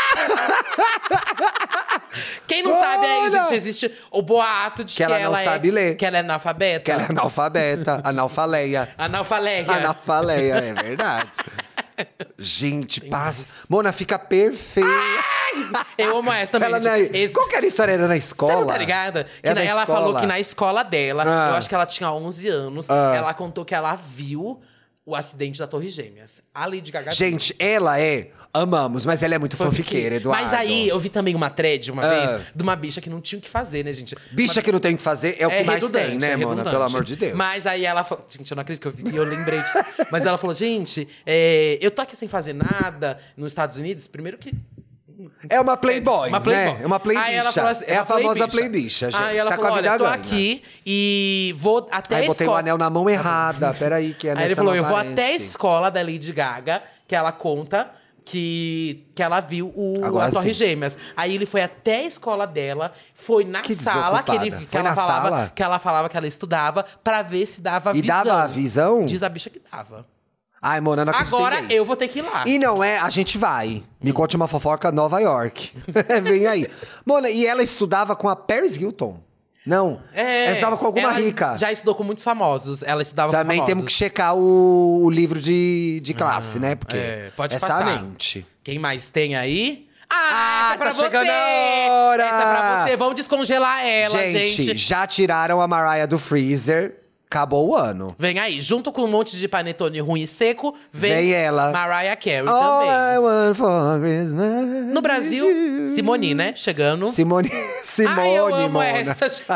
Quem não sabe aí, Olha! gente, existe o boato de que, Que ela não é, sabe ler. Que ela é analfabeta. Que ela é analfabeta, analfaleia. Analfaleia. Analfaleia, é verdade. Gente, passa. Mona, fica perfeita. Eu amo essa também. Ela gente. na... Esse- Qual que era a história? Era na escola? Você não tá ligada? Que É na- da ela escola. falou que na escola dela, Ah. eu acho que ela tinha onze anos, Ah. ela contou que ela viu o acidente da Torre Gêmeas. A Lady Gaga. Gente, ela é... Amamos, mas ela é muito fanfiqueira, Eduardo. Mas aí, eu vi também uma thread uma Ah. vez de uma bicha que não tinha o que fazer, né, gente? Bicha Uma- que não tem o que fazer é o que mais redundante, tem, né, é Mona? redundante. Pelo amor de Deus. Mas aí ela falou... Gente, eu não acredito que eu vi, eu lembrei disso. Mas ela falou, gente, é, eu tô aqui sem fazer nada nos Estados Unidos. Primeiro que... É uma playboy, Uma playboy. né? É uma play Aí ela bicha. falou assim, é uma a famosa play play bicha. bicha, gente. Aí ela tá falou, com a vida olha, tô ganha. aqui e vou até Aí a botei o escola... anel na mão errada. Peraí, que é nessa Aí ele falou, não eu vou aparece. até a escola da Lady Gaga, que ela conta que, que ela viu o, Agora a Torre sim. Gêmeas. Aí ele foi até a escola dela, foi na Que sala que, ele, desocupada. que, Foi ela na falava, sala? que ela falava que ela estudava pra ver se dava E visão. dava a visão? Diz a bicha que dava. Ai, Mona, não acredito Agora nisso. eu vou ter que ir lá. E não é, a gente vai. Me conte uma fofoca, Nova York. Vem aí. Mona, e ela estudava com a Paris Hilton. Não, É, ela estudava com alguma ela rica. Já estudou com muitos famosos. Ela estudava Também com temos famosos. que checar o, o livro de, de classe, né? Porque é, pode essa passar. mente. Quem mais tem aí? Ah, Ah, essa é pra tá você! chegando a hora! Essa é pra você. Vamos descongelar ela, gente, gente. já tiraram a Mariah do freezer. Acabou o ano. Vem aí, junto com um monte de panetone ruim e seco, vem, Vem ela. Mariah Carey All I também. want for Christmas No Brasil, is you. Simone, né? Chegando. Simone, Simone, Ai, eu amo Mona. essa, gente.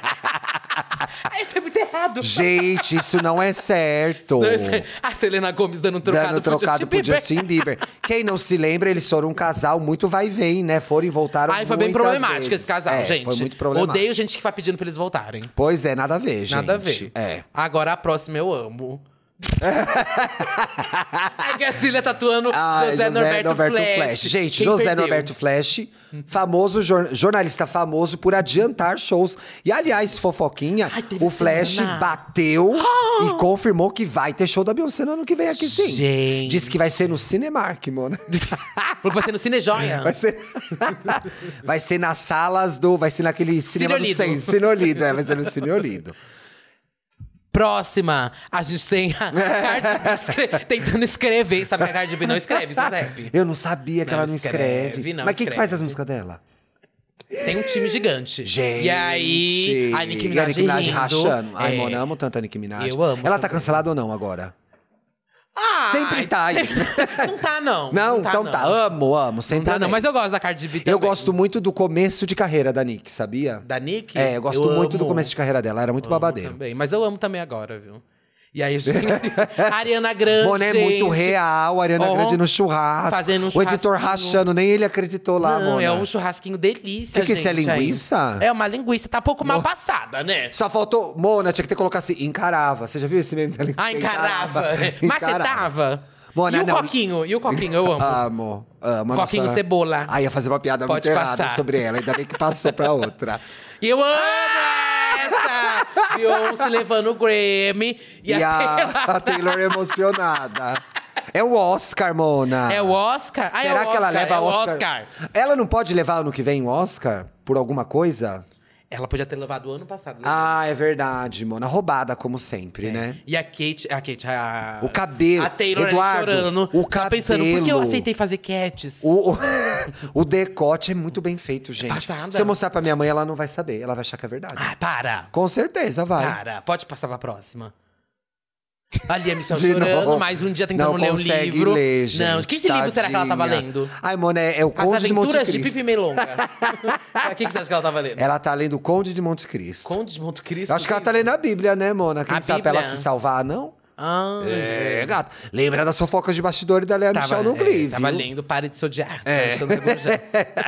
Ai, isso é muito errado. Gente, isso não é certo. A Selena Gomez dando um trocado, Dando trocado pro pro Justin Bieber. Quem não se lembra, eles foram um casal muito vai e vem, né? Foram e voltaram Ai, foi bem muitas problemático vezes. esse casal, É, gente. Foi muito problemático. Odeio gente que fica pedindo pra eles voltarem. Pois é, nada a ver, gente. Nada a ver. É. Agora a próxima eu amo. É que a Cília tatuando Ai, José, Norberto, Flash. Gente, Quem José perdeu? Norberto Flash, famoso jor- jornalista famoso por adiantar shows. E aliás, fofoquinha, Ai, teve o Flash semana. bateu e confirmou que vai ter show da Beyoncé no ano que vem aqui sim. Gente. Disse que vai ser no Cinemark, mano. Porque vai ser no Cine Joia. Vai ser... vai ser nas salas do... Vai ser naquele cinema Cine do Olido. centro. Cine Olido, é. Vai ser no Cine Olido. Próxima, a gente tem a Cardi B escre- tentando escrever. Sabe que a Cardi B não escreve, você sabe? Eu não sabia que Não ela não escreve. escreve, não Mas quem que faz as escreve. músicas dela? Tem um time gigante. Gente. E aí, a Nicki E Minaj, a Nicki Minaj rindo. rachando. Ai, É. Mona, amo tanto a Nicki Minaj. Eu amo Ela tá também. cancelada ou não agora? Ah, Sempre tá aí. Não tá, não. Não, tá, então não. tá. Amo, amo. Não Sempre tá, não. amei. Mas eu gosto da Cardi B também. Eu gosto muito do começo de carreira da Nick, sabia? Da Nicki? É, eu gosto muito do amo. começo de carreira dela. Era muito Amo babadeiro. Também. Mas eu amo também agora, viu? E aí, a Ariana Grande, Mona, é gente. muito real. A Ariana Ó, Grande no churrasco. fazendo um O editor churrasquinho. rachando, nem ele acreditou lá, Não, Mona. é um churrasquinho delícia, Que que gente. isso é linguiça? aí. É uma linguiça, tá um pouco mal passada, né? Só faltou... Mona, tinha que ter colocado assim, encarava. Você já viu esse meme da linguiça? Ah, encarava. Mas você Encarava. tava? Mona, e o não. coquinho? E o coquinho? Eu amo. Amo, amo. Coquinho nossa- cebola. Ah, ia fazer uma piada Pode muito errada passar. sobre ela. Ainda bem que passou pra outra. E eu amo essa! Beyoncé levando o Grammy. E, E, a, a, Taylor- a Taylor emocionada. É o Oscar, Mona. É o Oscar? Ah, Será é o que ela Oscar, leva é o Oscar? Oscar. Ela não pode levar ano que vem o Oscar? Por alguma coisa? Ela podia ter levado o ano passado. né? Ah, é verdade, Mona. Roubada, como sempre, né? E a Kate, a Kate, a... O cabelo. A Taylor ali Eduardo, chorando. o só pensando, por que eu cabelo. aceitei fazer cats? O, o, o decote é muito bem feito, gente. passada. Se eu mostrar pra minha mãe, ela não vai saber. Ela vai achar que é verdade. Ah, para! Com certeza, vai. Para, pode passar pra próxima. Ali a Michelle De chorando, novo. mais um dia tentando Não ler um consegue livro. ler, gente, Não, que esse livro será que ela tava tadinha. lendo? Ai, Mona, é, é o As Conde de Monte Aventuras de Cristo. Pipi Melonga. O que, que você acha que ela tava lendo? Ela tá lendo o Conde de Monte Cristo. Conde de Monte Cristo? Eu acho que ela tá lendo a Bíblia, né, Mona? Quem A sabe pra ela Bíblia? se salvar, não? Ah, É, gata. Lembra das fofocas de bastidores da Lea tava, Michel no é, Glee, tava viu? lendo Pare de Se Odiar. É. Alexandre Bourgeat.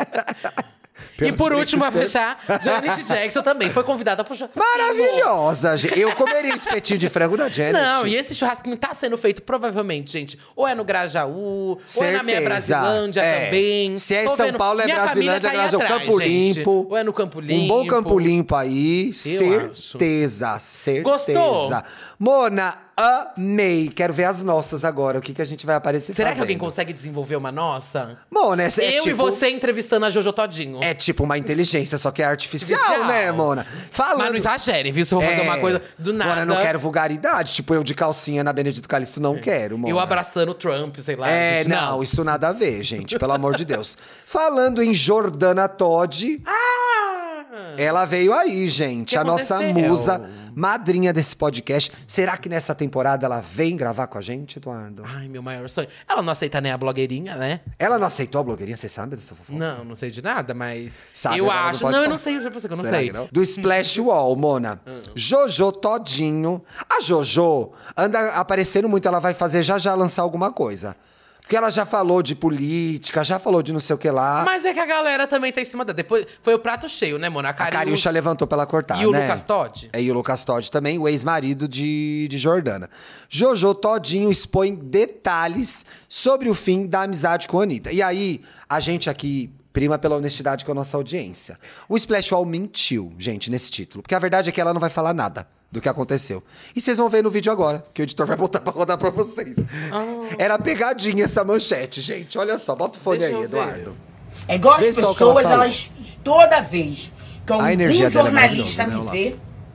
E Pelo por direito último, a de ser- fechar, Janet Jackson também foi convidada pro churrasco. Maravilhosa, gente. Eu comeria o espetinho de frango da Janet. Não, e esse churrasquinho tá sendo feito provavelmente, gente. Ou é no Grajaú, ou é na minha Certeza. Brasilândia É. também. Se é em Tô São vendo- Paulo, é minha família Brasilândia, tá aí Grajaú, atrás, Campo gente. Limpo. Ou é no Campo Limpo. Um bom Campo Limpo aí, Eu certeza, certeza. Gostou? Mona, amei. Quero ver as nossas agora, o que, que a gente vai aparecer Será que fazendo. alguém consegue desenvolver uma nossa? Mona, é, é Eu tipo, e você entrevistando a Jojo Todinho. É tipo uma inteligência, só que é artificial, Artificial. né, Mona? Falando... Mas não exagere, viu? Se eu for fazer É. uma coisa do nada. Mona, eu não quero vulgaridade. Tipo, eu de calcinha na Benedito Calixto, não quero, Mona. Eu abraçando o Trump, sei lá. É, gente, não, isso nada a ver, gente, pelo amor de Deus. Falando em Jordana Todd, Ah! ela veio aí, gente. Que a nossa aconteceu? musa, madrinha desse podcast. Será que nessa temporada ela vem gravar com a gente, Eduardo? Ai, meu maior sonho. Ela não aceita nem a blogueirinha, né? Ela não aceitou a blogueirinha, você sabe dessa fofoca? Não, não sei de nada, mas. Sabe, eu agora não acho. pode Não, eu falar. não sei, eu já pensei que eu não Será sei. que não? Do Splash Wall, Mona. Jojo Todinho. A Jojo anda aparecendo muito, ela vai fazer já já lançar alguma coisa. Porque ela já falou de política, já falou de não sei o que lá. Mas é que a galera também tá em cima dela. Depois foi o prato cheio, né, mano? A, A Cariú- Cariúcha levantou pra ela cortar, E o né? Lucas Todd? É, e o Lucas Todd também, o ex-marido de, de Jordana. Jojo Todinho expõe detalhes sobre o fim da amizade com a Anitta. E aí, a gente aqui prima pela honestidade com a nossa audiência. O Splash Wall mentiu, gente, nesse título. Porque a verdade é que ela não vai falar nada do que aconteceu. E vocês vão ver no vídeo agora, que o editor vai botar pra rodar pra vocês. Era pegadinha essa manchete, gente. Olha só, bota o fone Deixa aí, eu ver. Eduardo. É igual as Vê só o que ela pessoas, falou. elas, toda vez que A algum energia dela é jornalista maravilhosa, me né?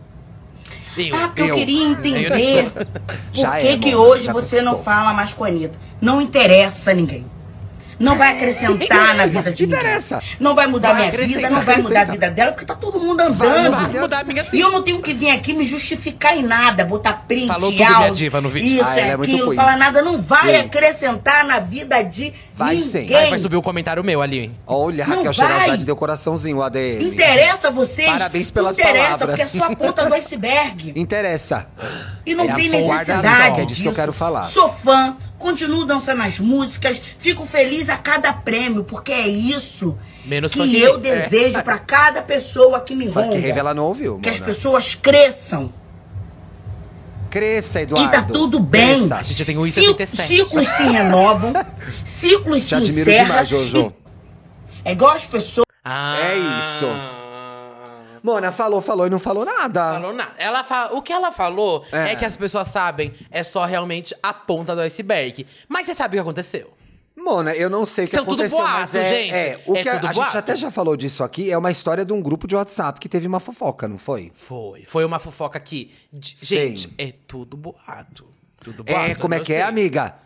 vê, Eu. ah, porque eu, eu. queria Eu entender nessa. por Já que é, que amor, hoje já você não conquistou. fala mais com a Anitta. Não interessa ninguém. Não vai acrescentar na vida de Interessa. ninguém. Não vai mudar Vai minha vida, acrescentar, não vai mudar a acrescenta. vida dela, porque tá todo mundo Vai andando. mudar. Vai mudar a minha E sim. eu não tenho que vir aqui me justificar em nada, botar print, Falou tudo, minha áudio, diva, no vídeo. isso, Ah, ela é muito aquilo, queen. falar nada, não vai Queen. acrescentar na vida de Vai ninguém. sim. Aí vai subir o comentário meu ali. Olha, Não Raquel vai. Sherazade deu coraçãozinho, o A D M. Interessa a vocês? Parabéns pelas Interessa, palavras. porque é só a ponta do iceberg. Interessa. E não É a tem fonte necessidade da sol, é disso. disso que eu quero falar. Sou fã, continuo dançando as músicas, fico feliz a cada prêmio, porque é isso Menos que fã que eu eu. desejo pra cada pessoa que me Só que ronda. Revela não ouviu, Que as Mona. pessoas cresçam. Cresça, Eduardo. E tá tudo bem. Cresça. A gente já tem um Ciclo- setenta e sete. Ciclos se renovam, ciclos Te se admiro encerram. demais, Jojo. É igual as pessoas. Ah. É isso. Mona, falou, falou e não falou nada. Falou nada. Ela fa... O que ela falou É. é. que as pessoas sabem, é só realmente a ponta do iceberg. Mas você sabe o que aconteceu? Mona, eu não sei o que São tudo aconteceu, boato, mas é, gente. é, o É que a, tudo a gente boato. até já falou disso aqui, é uma história de um grupo de WhatsApp que teve uma fofoca, não foi? Foi. Foi uma fofoca aqui. De- Sim. Gente, é tudo boato. Tudo boato. É, como é eu que é, sei. amiga?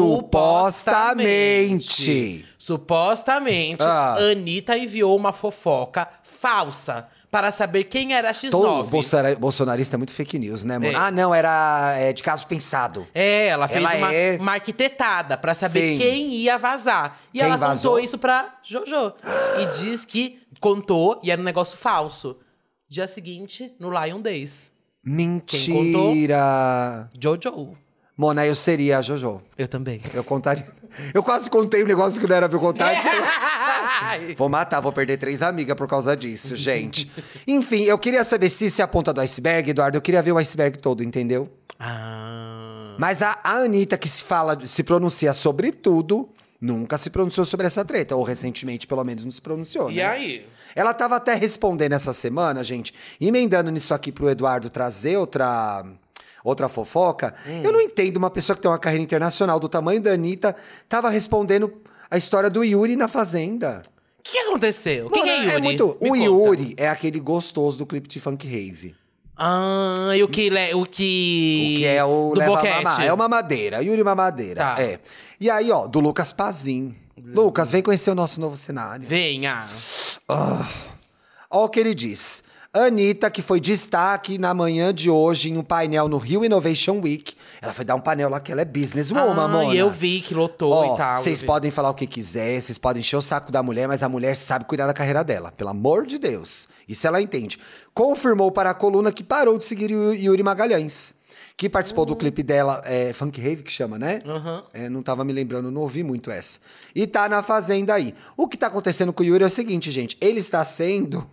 Supostamente. Supostamente, Ah. Anitta enviou uma fofoca falsa para saber quem era a X Todo nove. bolsona- bolsonarista é muito fake news, né, Mona? É. Ah, não, era é, de caso pensado. É, ela fez Ela uma, é- uma arquitetada pra saber Sim. quem ia vazar. E Quem ela vazou? contou isso pra Jojo. E diz que contou e era um negócio falso. Dia seguinte, no Lion Days. Mentira! Jojo. Mona, eu seria a Jojo. Eu também. Eu contaria. Eu quase contei um negócio que não era pra eu contar. Vou matar, vou perder três amigas por causa disso, gente. Enfim, eu queria saber se isso é a ponta do iceberg, Eduardo. Eu queria ver o iceberg todo, entendeu? Ah. Mas a, a Anitta, que se fala, se pronuncia sobre tudo, nunca se pronunciou sobre essa treta. Ou recentemente, pelo menos, não se pronunciou, E né? aí? Ela tava até respondendo essa semana, gente, emendando nisso aqui pro Eduardo trazer outra... Outra fofoca, hum. eu não entendo uma pessoa que tem uma carreira internacional do tamanho da Anitta tava respondendo a história do Yuri na Fazenda. O que aconteceu? Mano, Quem é Yuri? É muito... Me o conta. Yuri é aquele gostoso do clipe de Funk Rave. Ah, e o que... Le... O que... O que é o do Leva boquete. Mamar. É uma madeira. Yuri Mamadeira. Tá. É. E aí, ó, do Lucas Pazin. Lucas, vem conhecer o nosso novo cenário. Venha. Ó o que ele diz. Anitta, que foi destaque na manhã de hoje em um painel no Rio Innovation Week. Ela foi dar um painel lá que ela é businesswoman, Ah, Mona. e eu vi que lotou Ó, e tal. vocês eu vi. podem falar o que quiser, vocês podem encher o saco da mulher, mas a mulher sabe cuidar da carreira dela. Pelo amor de Deus. Isso ela entende. Confirmou para a coluna que parou de seguir o Yuri Magalhães, que participou Uhum. do clipe dela, é, Funk Rave, que chama, né? Uhum. É, não tava me lembrando, não ouvi muito essa. E tá na Fazenda aí. O que tá acontecendo com o Yuri é o seguinte, gente. Ele está sendo...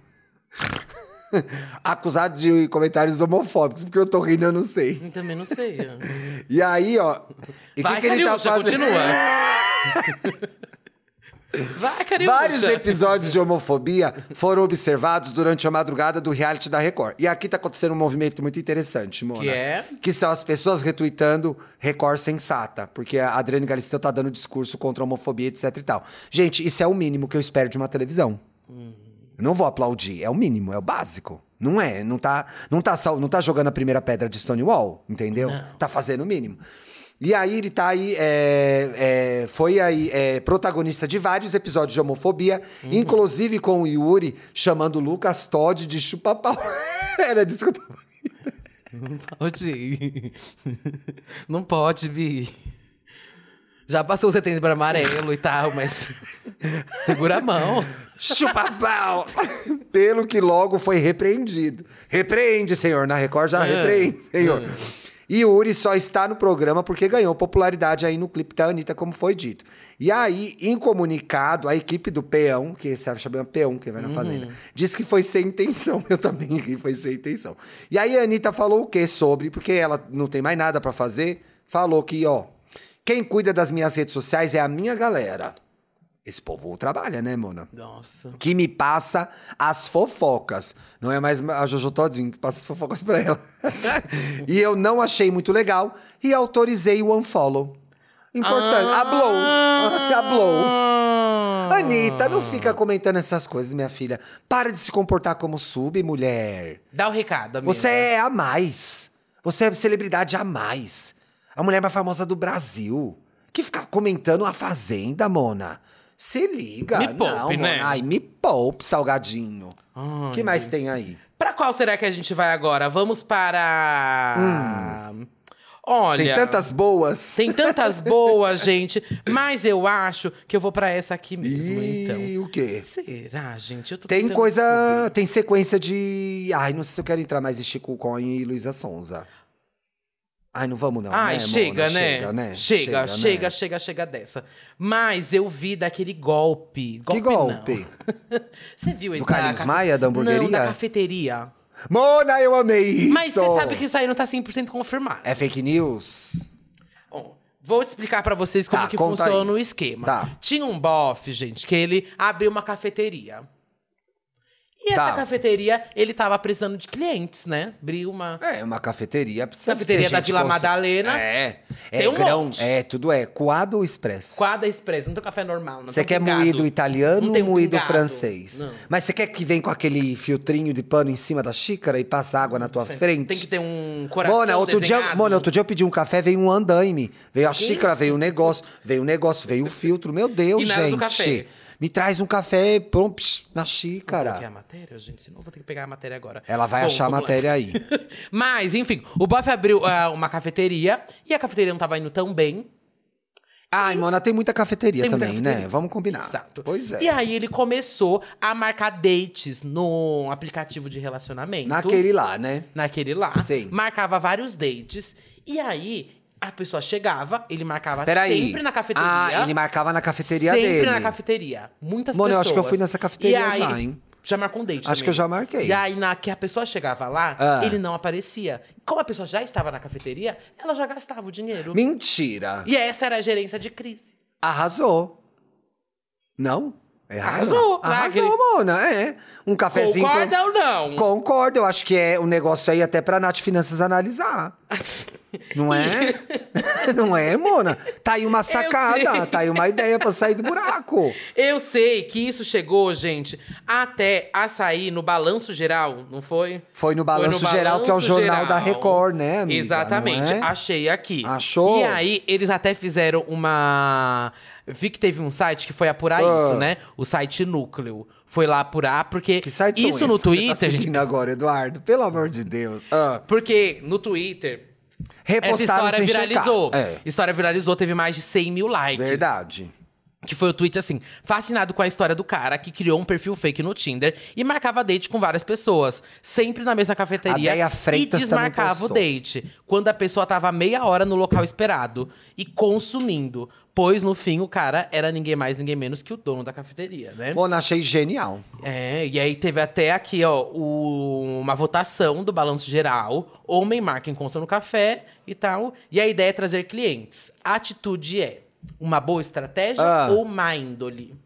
acusado de comentários homofóbicos, porque eu tô rindo, eu não sei. Eu também não sei. E aí, ó... E o Vai, que, que ele tá Cariúcha, fazendo? continua. Vai, Cariúcha. Vários episódios de homofobia foram observados durante a madrugada do reality da Record. E aqui tá acontecendo um movimento muito interessante, Mona. Que é? Que são as pessoas retweetando Record sensata. Porque a Adriane Galisteu tá dando discurso contra a homofobia, etc e tal. Gente, isso é o mínimo que eu espero de uma televisão. Hum. Eu não vou aplaudir, é o mínimo, é o básico. Não é, não tá, não tá, sal- não tá jogando a primeira pedra de Stonewall, entendeu? Não. Tá fazendo o mínimo. E aí ele tá aí, é, é, foi aí é, protagonista de vários episódios de homofobia, Uhum. inclusive com o Yuri chamando o Lucas Todd de chupa-pau. Era disso que eu tava... Não pode. Não pode, Bi. Já passou o setembro amarelo e tal, mas segura a mão. Chupa-pau! Pelo que logo foi repreendido. Repreende, senhor. Na Record já repreende, senhor. E Yuri só está no programa porque ganhou popularidade aí no clipe da Anitta, como foi dito. E aí, em comunicado, a equipe do Peão, que você chama Peão, que vai na Fazenda, disse que foi sem intenção. Eu também ri, foi sem intenção. E aí a Anitta falou o quê sobre? Porque ela não tem mais nada pra fazer. Falou que, ó, quem cuida das minhas redes sociais é a minha galera. Esse povo trabalha, né, Mona? Nossa. Que me passa as fofocas. Não é mais a Jojo Todinho que passa as fofocas pra ela. E eu não achei muito legal e autorizei o unfollow. Importante. Ah. Hablou. Hablou. Ah. Anitta, não fica comentando essas coisas, minha filha. Para de se comportar como sub, mulher. Dá o recado, amiga. Você é a mais. Você é celebridade a mais. A mulher mais famosa do Brasil. Que fica comentando a Fazenda, Mona. Se liga. Me poupe, não, né? Mona. Ai, me poupe, salgadinho. O Ai, que mais tem aí? Pra qual será que a gente vai agora? Vamos para... Olha... Tem tantas boas. Tem tantas boas, gente. Mas eu acho que eu vou pra essa aqui mesmo, então. E o quê? Será, gente? Eu tô Tem tentando coisa... descobrir. Tem sequência de... Ai, não sei se eu quero entrar mais em Chico Cohen e Luísa Sonza. Ai, não vamos não, Ai, né, chega, Mona? né? Chega, né? Chega, chega, né? chega, chega dessa. Mas eu vi daquele golpe. golpe Que golpe? não. Você viu esse Do Carlinhos cafe- Maia, da hamburgueria? Não, da cafeteria. Mona, eu amei isso! Mas você sabe que isso aí não tá cem por cento confirmado. É fake news? Bom, vou explicar pra vocês como Tá, que conta funciona aí. o esquema. Tá. Tinha um bofe, gente, que ele abriu uma cafeteria. E Tá. essa cafeteria, ele tava precisando de clientes, né? Abriu uma... É, uma cafeteria. Precisa Cafeteria ter da gente Vila consum- Madalena. É. É Tem um grão. monte. É, tudo é. Coado ou expresso? Quadra expresso, não tem café normal. Não Você tem um quer pingado. moído italiano Não ou tem um moído pingado. francês? Não. Mas você quer que vem com aquele filtrinho de pano em cima da xícara e passa água na tua frente? Tem que ter um coração Mona, outro dia, desenhado. Mona, outro dia eu pedi um café, veio um andaime. Veio a xícara, veio o negócio, veio o negócio, veio o filtro. Meu Deus, E nada do gente. café. Me traz um café pronto, psh, na Vou xícara. colocar a matéria, gente, senão eu vou ter que pegar a matéria agora. Ela vai Bom, achar a vamos lá. matéria aí. Mas, enfim, o bofe abriu ah, uma cafeteria e a cafeteria não tava indo tão bem. Ai, Mona, tem muita cafeteria Tem muita também, cafeteria. né? Vamos combinar. Exato. Pois é. E aí ele começou a marcar dates no aplicativo de relacionamento. Naquele lá, né? Naquele lá. Sim. Marcava vários dates. E aí, a pessoa chegava, ele marcava Peraí. sempre na cafeteria. Ah, ele marcava na cafeteria sempre dele. na cafeteria. Muitas Mano, eu pessoas. acho que eu fui nessa cafeteria E aí, já, hein? Já marcou um date Acho também. que eu já marquei. E aí, na que a pessoa chegava lá, Ah. ele não aparecia. Como a pessoa já estava na cafeteria, ela já gastava o dinheiro. Mentira. E essa era a gerência de crise. Arrasou. Não? Errado? Arrasou, né? Arrasou, Aquele- Mona, é. Um cafezinho... Concorda pro- ou não? Concordo, eu acho que é um negócio aí até pra Nath Finanças analisar. Não é? Não é, Mona? Tá aí uma sacada, sei. tá aí uma ideia pra sair do buraco. Eu sei que isso chegou, gente, até a sair no Balanço Geral, não foi? Foi no Balanço Geral, que é o Balanço jornal da Geral. Record, né, amiga? Exatamente, Não é? achei aqui. Achou? E aí, eles até fizeram uma... Vi que teve um site que foi apurar Ah. isso, né? O site Núcleo. Foi lá apurar, porque Que sites são isso no esses que você Twitter, tá gente... seguindo agora, Eduardo? Pelo amor de Deus. Ah. Porque no Twitter, essa Repostaram história sem viralizou. checar. É, História viralizou, teve mais de cem mil likes. verdade. Que foi o tweet assim, fascinado com a história do cara que criou um perfil fake no Tinder e marcava date com várias pessoas, sempre na mesma cafeteria. A Deia Freitas e desmarcava também o postou. date, quando a pessoa tava meia hora no local esperado e consumindo. Pois, no fim, o cara era ninguém mais, ninguém menos que o dono da cafeteria, né? Mona, achei genial. É, e aí teve até aqui, ó, o- uma votação do Balanço Geral. Homem marca encontro no café e tal. E a ideia é trazer clientes. A atitude é uma boa estratégia Ah. ou má índole?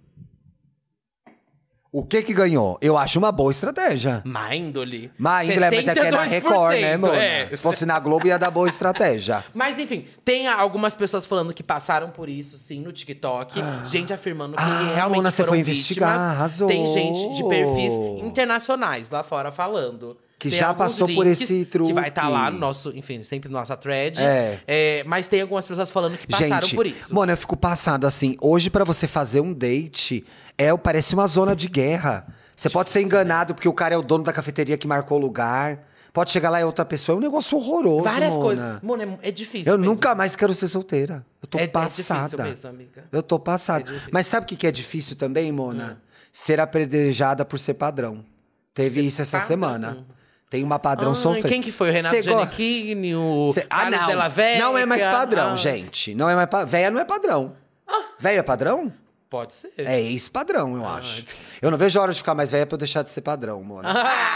O que que ganhou? Eu acho uma boa estratégia. Má índole? Má índole, mas é que é na Record, né, Mona? É. Se fosse na Globo, ia dar boa estratégia. Mas enfim, tem algumas pessoas falando que passaram por isso, sim, no TikTok. Gente afirmando que Ah, realmente Mona, você foram foi vítimas. investigar, arrasou. Tem gente de perfis internacionais lá fora falando. Que Tem já alguns passou por links esse truque. Que vai estar lá no nosso, enfim, sempre nossa thread. É. É, mas tem algumas pessoas falando que passaram Gente, por isso. Mona, eu fico passada assim. Hoje, pra você fazer um date, é, parece uma zona de guerra. Você pode ser enganado porque o cara é o dono da cafeteria que marcou o lugar. Pode chegar lá e é outra pessoa. É um negócio horroroso, Várias Mona. coisas. Mona, é, é difícil. Eu mesmo. nunca mais quero ser solteira. Eu tô É- é passada. difícil mesmo, amiga. Eu tô passada. É difícil. Mas sabe o que que é difícil também, Mona? Ser apedrejada por ser padrão. Teve isso essa padrão? semana. Tem uma padrão Ai, sofrendo. quem que foi? O Renato Cê go- Giannichini, o Cê- Ah, Carlos não. Della Vecchia? Não é mais padrão, Ah, gente. Não é mais pa... Véia não é padrão. Véia é padrão? Pode ser. É ex-padrão, eu acho. Ah. Eu não vejo a hora de ficar mais velha pra eu deixar de ser padrão, Mona.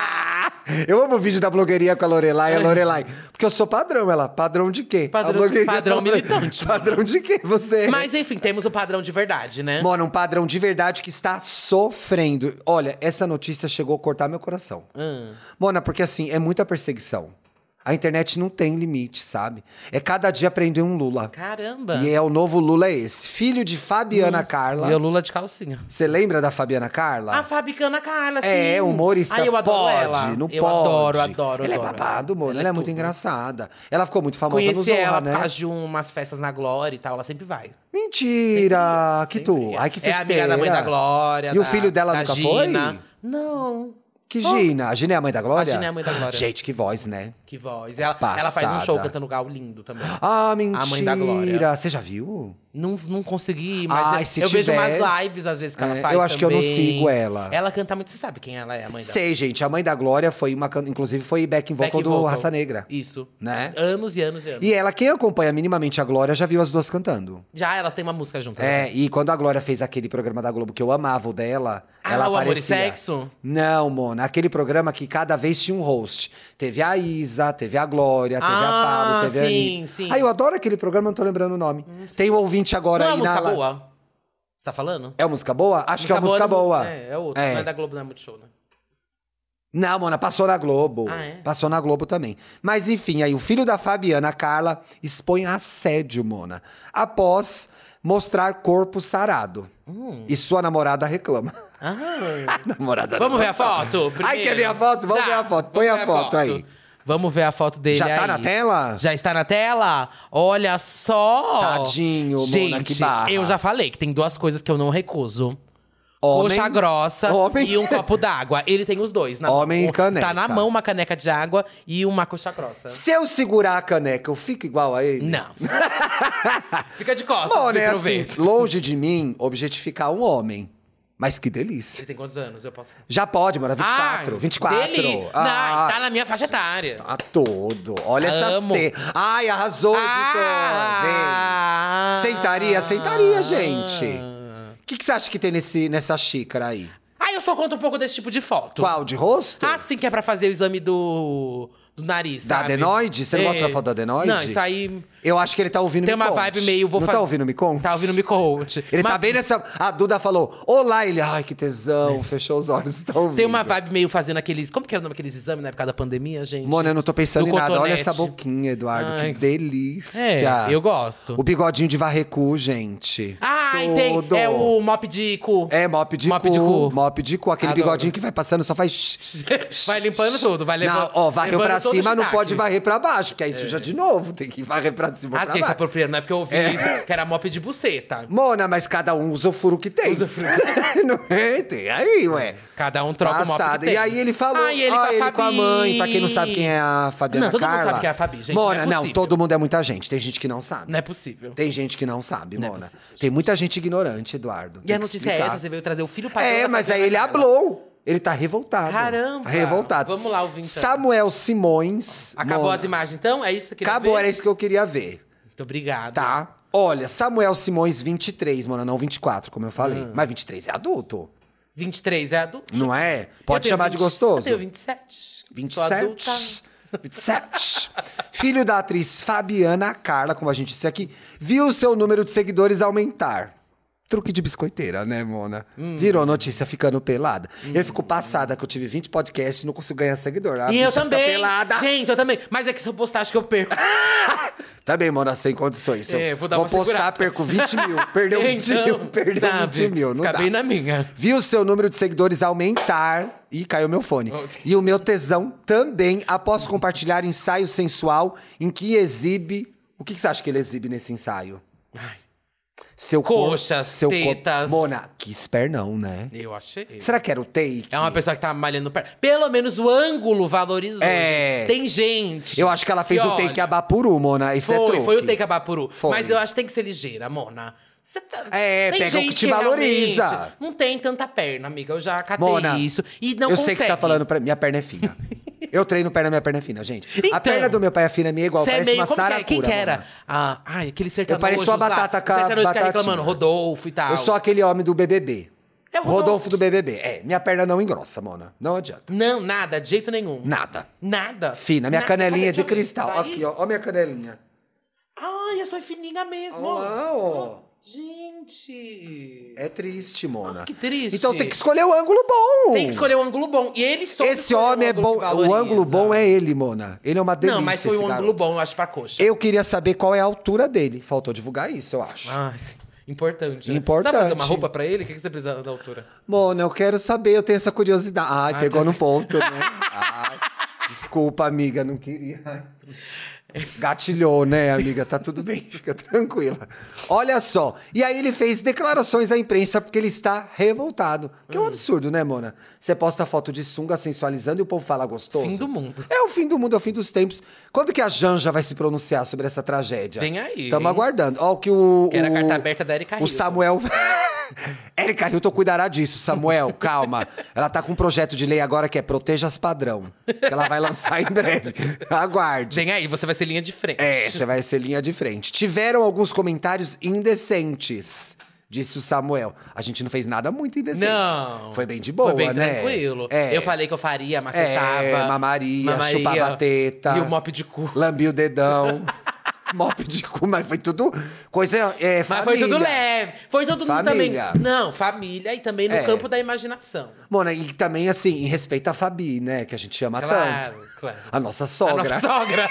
Eu amo o vídeo da blogueirinha com a Lorelai, a Lorelai. Porque eu sou padrão, ela. Padrão de quê? Padrão A de- blogueirinha padrão fala- militante, Padrão de quê, você? Mas enfim, temos o padrão de verdade, né? Mona, um padrão de verdade que está sofrendo. Olha, essa notícia chegou a cortar meu coração. Hum. Mona, porque assim, é muita perseguição. A internet não tem limite, sabe? É cada dia prender um Lula. Caramba. E é o novo Lula é esse. Filho de Fabiana Carla. E o Lula de calcinha. Você lembra da Fabiana Carla? A Fabicana Carla, sim. É, humorista. Ai, eu adoro pode, ela. não eu pode. adoro, adoro, Ela adoro. é babado, mano. Ela, Ela é, é muito tudo. engraçada. Ela ficou muito famosa no Conheci Zorra, ela né? por causa de umas festas na Glória e tal, ela sempre vai. Mentira! Sempre, que sempre. tu. Ai, que É festeira. amiga da mãe da Glória. E o da- filho dela da nunca Gina. foi? Não. Que Gina? A Gina é a mãe da Glória? A Gina é a mãe da Glória. Gente, que voz, né? Que voz. Ela, ela faz um Passada. show cantando gal lindo também. Ah, mentira. A mãe da Glória. Você já viu? Não, não consegui, mas Ai, eu, se eu vejo tiver- umas lives às vezes que ela É, faz eu acho que eu não também. sigo ela. Ela canta muito, você sabe quem ela é, a mãe dela. Sei, gente. A mãe da Glória foi uma... can- Inclusive, foi backing vocal Back do vocal. Raça Negra. Isso. Né? Anos e anos e anos. E ela, quem acompanha minimamente a Glória, já viu as duas cantando. Já, elas têm uma música juntas. É, né? e quando a Glória fez aquele programa da Globo que eu amava, o dela, Ah, ela o Amor e aparecia. Sexo? Não, Mona. Aquele programa que cada vez tinha um host. Teve a Isa, teve a Glória, teve Ah, a Pablo, teve a sim, Anitta. sim. Ah, eu adoro aquele programa, não tô lembrando o nome. Tem um ouvinte agora Não é aí uma na... música boa? Você tá falando? É uma música boa? Acho que é uma música boa. É, é outra. É. Não é da Globo, não é muito show, né? Não, Mona, passou na Globo. Ah, é? Passou na Globo também. Mas enfim, aí o filho da Fabiana, Carla, expõe assédio, Mona. Após mostrar corpo sarado. Hum. E sua namorada reclama. Ah. namorada Vamos ver a gostou. foto? Ai, primeiro? quer ver a foto? Vamos Já. ver a foto. Põe Vamos a ver foto aí. Vamos ver a foto dele Já tá aí. na tela? Já está na tela? Olha só! Tadinho, Mona, Gente, que barra. eu já falei que tem duas coisas que eu não recuso. Homem, coxa grossa homem. e um copo d'água. Ele tem os dois. Na Homem mão. e caneca. Tá na mão uma caneca de água e uma coxa grossa. Se eu segurar a caneca, eu fico igual a ele? Não. Fica de costas, Bom, me né, assim, aproveita. longe de mim objetificar um homem. Mas que delícia. Ele tem quantos anos? Eu posso... Já pode, mano, vinte e quatro. Ah, vinte e quatro. Dele... Ah, Não, tá na minha faixa etária. tá todo. Olha essas Amo. te... Ai, arrasou, Ah. editor. Vem. Sentaria? Sentaria, gente. O que, que você acha que tem nesse, nessa xícara aí? Ah, eu só conto um pouco desse tipo de foto. Qual? De rosto? Ah, sim, que é pra fazer o exame do, do nariz, Da sabe? adenoide? Você não É. mostra a foto da adenoide? Não, isso aí... Eu acho que ele tá ouvindo Tem Me uma Conte. vibe meio... Vou Não faz- tá ouvindo Me Conte? Tá ouvindo Me Conte. Ele Mas tá bem nessa... A Duda falou, olá, ele... Ai, que tesão, fechou os olhos, tá ouvindo. Tem uma vibe meio fazendo aqueles... Como que era o nome daqueles exames na época da pandemia, gente? Mona, eu não tô pensando Do em nada. Olha cotonete. essa boquinha, Eduardo. Ai. Que delícia. É, eu gosto. O bigodinho de varrecu, gente. Ah, e tem... Tudo. É o mop de cu. É, mop de Mop cu. de cu. Mop de cu. Aquele Adoro. bigodinho que vai passando, só faz... Vai limpando tudo, vai levando... Não, ó, varreu levando pra todo o cima, não shiitake. pode varrer pra baixo, porque aí suja de novo. Tem que varrer pra cima ou Ah, pra quem se baixo. apropriando, não é porque eu ouvi isso, que era mop de buceta. Mona, mas cada um usa o furo que tem. Usa o furo. Não é? Tem aí, ué. Cada um troca o mop Passada. que tem. E aí ele falou, Ah, e ele, ah, com, a ele Fabi. com a mãe. Pra quem não sabe quem é a Fabiana Não, todo mundo Carla. sabe quem é a Fabi, gente, Mona, não é não, possível. todo mundo é muita gente. Tem gente que não sabe. Não é possível. Tem gente que não sabe, Não é Mona. possível, Tem muita gente ignorante, Eduardo. E Tem a que notícia é explicar. essa, você veio trazer o filho padrão É, da mas aí Fabiana ele Carla. hablou. Ele tá revoltado. Caramba. Revoltado. Vamos lá ouvir, então. Samuel Simões. Acabou Mona, as imagens, então? É isso que eu queria Acabou, ver? era isso que eu queria ver. Muito obrigado. Tá? Olha, Samuel Simões, vinte e três, Mona, não vinte e quatro, como eu falei. Mas vinte e três é adulto, vinte e três é adulto? não é? Eu Pode tenho chamar de vinte gostoso. Eu tenho vinte e sete. vinte e Sou adulta. sete. vinte e sete. Filho da atriz Fabiana Carla, como a gente disse aqui, viu o seu número de seguidores aumentar. Truque de biscoiteira, né, Mona? Hum. Virou notícia ficando pelada. Eu fico passada que eu tive vinte podcasts e não consigo ganhar seguidor. A E eu bicha fica também. pelada. Gente, eu também. Mas é que se eu postar, acho que eu perco. Tá bem, Mona, sem condições. Se eu É, vou dar vou uma postar, segurada. perco vinte mil. Perdeu vinte Então, mil. Perdeu sabe, vinte mil. Não fica dá. bem na minha. Viu o seu número de seguidores aumentar. Ih, caiu meu fone. Oh. E o meu tesão também, após compartilhar ensaio sensual em que exibe... O que, que você acha que ele exibe nesse ensaio? Ai, Seu corpo, Coxas, seu tetas. Corpo. Mona, que espernão, né? eu achei. Será que era o take? É uma pessoa que tá malhando perto. Pelo menos o ângulo valorizou. É. gente. Tem gente. Eu acho que ela fez que, o take olha, Abapuru, Mona. Isso é Foi, truque. foi o take Abapuru. Foi. Mas eu acho que tem que ser ligeira, Mona. Você tá... É, tem pega o que gente te valoriza. realmente Não tem tanta perna, amiga. Eu já catei Mona, isso. E não eu consegue. sei que você tá falando pra... Minha perna é fina. Eu treino perna, minha perna é fina, gente. a Então, perna do meu pai é fina, minha é igual, Você é parece meio. uma Como que é? saracura, Quem que era? Mona. Ah, ai, aquele sertanojo. pareço uma batata lá. com O a sertanojo que fica batatinha. reclamando, Rodolfo e tal. Eu sou aquele homem do B B B. É o Rodolfo. Rodolfo do B B B. É, minha perna não engrossa, Mona. Não adianta. Não, nada, de jeito nenhum. Nada. Nada. Fina. Minha Nada. canelinha é de Cadê? Deixa eu ver. cristal. Tá aí? Aqui, ó. Ó minha canelinha. Ai, eu sou fininha mesmo. Olha lá, ó. Gente. É triste, Mona. Ah, que triste. Então tem que escolher o ângulo bom. Tem que escolher o ângulo bom. E ele soube Esse escolher homem o é ângulo bom. que O valoriza. ângulo bom é ele, Mona. Ele é uma delícia. Não, mas foi esse um ângulo garoto. bom, eu acho, pra coxa. Eu queria saber qual é a altura dele. Faltou divulgar isso, eu acho. Ah, sim. Importante. né? Importante. Você vai fazer uma roupa pra ele? O que que você precisa da altura? Mona, eu quero saber, eu tenho essa curiosidade. Ai, Ah, pegou tá. no ponto, né? Ai, desculpa, amiga, não queria. Ai. Gatilhou, né, amiga? Tá tudo bem, fica tranquila. Olha só, e aí ele fez declarações à imprensa porque ele está revoltado. Que é Hum. um absurdo, né, Mona? Você posta foto de sunga sensualizando e o povo fala gostoso. Fim do mundo. É o fim do mundo, é o fim dos tempos. Quando que a Janja vai se pronunciar sobre essa tragédia? Vem aí, Estamos hein? aguardando. Ó, o que o... Quero a o- carta aberta da Erika O Hilton. Samuel... Erika Hilton cuidará disso, Samuel, calma. Ela tá com um projeto de lei agora que é Proteja-as Padrão. Que ela vai lançar em breve. Aguarde. Vem aí, você vai ser linha de frente. É, você vai ser linha de frente. Tiveram alguns comentários indecentes, disse o Samuel. A gente não fez nada muito indecente. Não. Foi bem de boa, Foi bem né? tranquilo. É. Eu falei que eu faria, macetava. É, mamaria, chupava a teta. E o mop de cu. Lambia o dedão. Mop de cu, mas foi tudo coisa é, Mas família. foi tudo leve. Foi tudo Família. também. Não, família e também no É. campo da imaginação. Mona, e também, assim, em respeito à Fabi, né? Que a gente ama Claro, tanto. claro. A nossa sogra. A nossa sogra.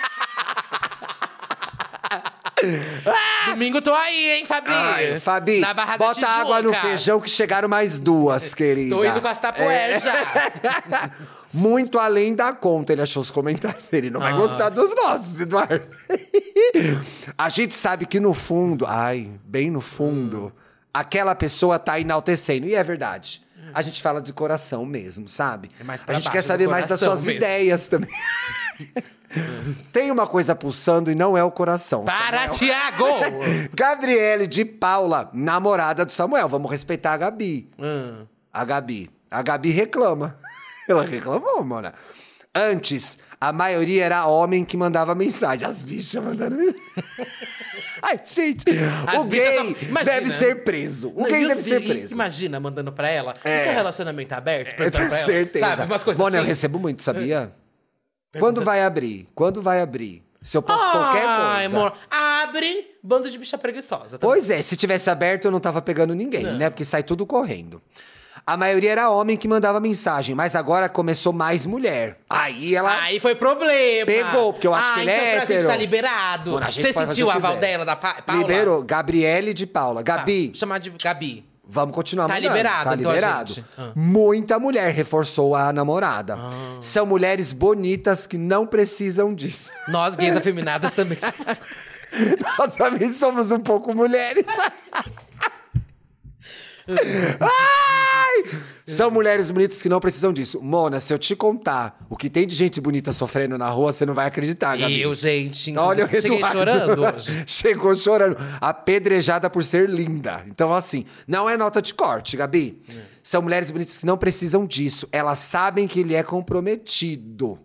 Domingo tô aí, hein, Fabi? Ai, Fabi, Na Barra da bota água no Tijuca. feijão que chegaram mais duas, querida. Tô indo com as tapoeiras já. Muito além da conta, ele achou os comentários. Ele não vai Ah. gostar dos nossos, Eduardo. A gente sabe que no fundo, ai, bem no fundo, Hum. aquela pessoa tá enaltecendo. E é verdade. A gente fala de coração mesmo, sabe? É mais a pra gente baixo quer do saber mais das coração suas mesmo. ideias também. Tem uma coisa pulsando e não é o coração. Para, Samuel. Thiago! Gabriele de Paula, namorada do Samuel. Vamos respeitar a Gabi. Hum. A Gabi. A Gabi reclama. Ela reclamou, mano. Antes, a maioria era homem que mandava mensagem. As bichas mandando mensagem. Ai, gente. As o bichas gay só- imagina. deve ser preso. O Não, gay e deve os- ser e- preso. Imagina, mandando pra ela. É. E seu relacionamento aberto? Eu Perguntando tenho pra ela, certeza. Sabe, umas coisas Mano, assim. eu recebo muito, sabia? Pergunta- Quando vai abrir? Quando vai abrir? Se eu posto qualquer coisa. Ai, amor, abre, bando de bicha preguiçosa. Tá Pois é, se tivesse aberto eu não tava pegando ninguém, Não. né? Porque sai tudo correndo. A maioria era homem que mandava mensagem, mas agora começou mais mulher. Aí ela... Aí foi problema. Pegou, porque eu acho ah, que ele então é pra gente hétero. tá liberado. Mano, a gente Você pode fazer sentiu o o que aval quiser. dela, da pa Paula? Liberou. Gabriele de Paula. Tá, Gabi, chamar de Gabi. vamos continuar Tá mandando. liberado, Tá então, a liberado. gente. Ah. Muita mulher reforçou a namorada. São mulheres bonitas que não precisam disso. Nós, gays afeminadas, também somos. Nós também somos um pouco mulheres. Ai! São mulheres bonitas que não precisam disso. Mona, se eu te contar o que tem de gente bonita sofrendo na rua, você não vai acreditar, Gabi. Eu, gente, Olha o cheguei Eduardo. chorando hoje. Chegou chorando. Apedrejada por ser linda. Então, assim, não é nota de corte, Gabi. É. São mulheres bonitas que não precisam disso. Elas sabem que ele é comprometido.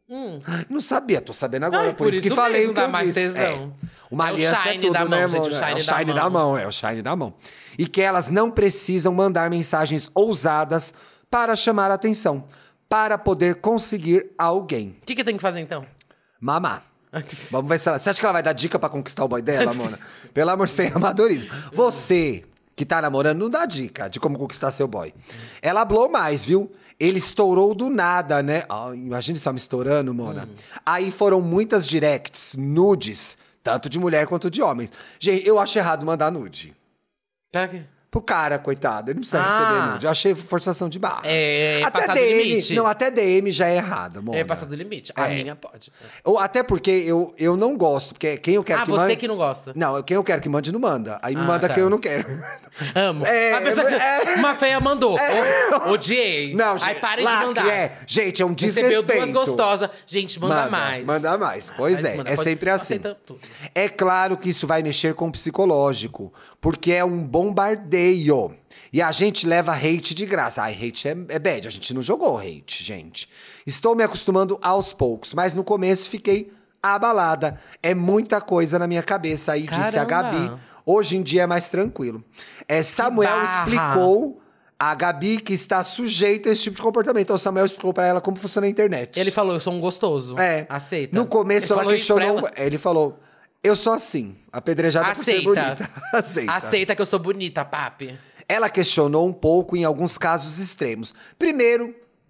Não sabia, tô sabendo agora. Ai, por, isso que falei mesmo o que dá eu mais disse. tesão. É. Uma É o aliança shine é tudo, da mão, né, gente, o Mona? shine é o da shine da mão. mão, é o shine da mão. E que elas não precisam mandar mensagens ousadas para chamar a atenção, para poder conseguir alguém. O que, que tem que fazer, então? Mamar. Vamos ver se ela... Você acha que ela vai dar dica pra conquistar o boy dela, Mona? Pelo amor, sem amadorismo. Você que tá namorando, não dá dica de como conquistar seu boy. Ela hablou mais, viu? Ele estourou do nada, né? Oh, imagina só me estourando, Mona. Aí foram muitas directs, nudes, tanto de mulher quanto de homens. Gente, eu acho errado mandar nude. Pera aqui. Pro cara, coitado, ele não precisa Ah. receber nude. Eu achei forçação de barra. É, até passar do D M, limite. não, até D M já é errado, Mona. É passar do limite. A É. minha pode. Ou até porque eu, eu não gosto, porque quem eu quero Ah, que você mande... que não gosta. Não, quem eu quero que mande não manda. Aí me Ah, manda tá. quem eu não quero. Amo. É, a pessoa que... é. Uma feia mandou. O- Odiei. Não, Aí gente, parem de lacre, mandar. É. Gente, é um Recebeu desrespeito. duas gostosas. Gente, manda, mais. Manda mais. Pois Aí é, se manda, é pode- sempre assim. aceita tudo. É claro que isso vai mexer com o psicológico, porque é um bombardeio. E a gente leva hate de graça. Ai, hate é, é bad, a gente não jogou hate, gente. Estou me acostumando aos poucos, mas no começo fiquei abalada. É muita coisa na minha cabeça, aí disse a Caramba. Gabi. Hoje em dia é mais tranquilo. É, Samuel barra. explicou a Gabi que está sujeita a esse tipo de comportamento. Então, o Samuel explicou pra ela como funciona a internet. Ele falou, eu sou um gostoso. É. Aceita. No começo Ele ela falou isso pra questionou. ela? Ele falou: eu sou assim, apedrejada por ser Aceita. bonita. Aceita. Aceita que eu sou bonita, papi. Ela questionou um pouco em alguns casos extremos. Primeiro,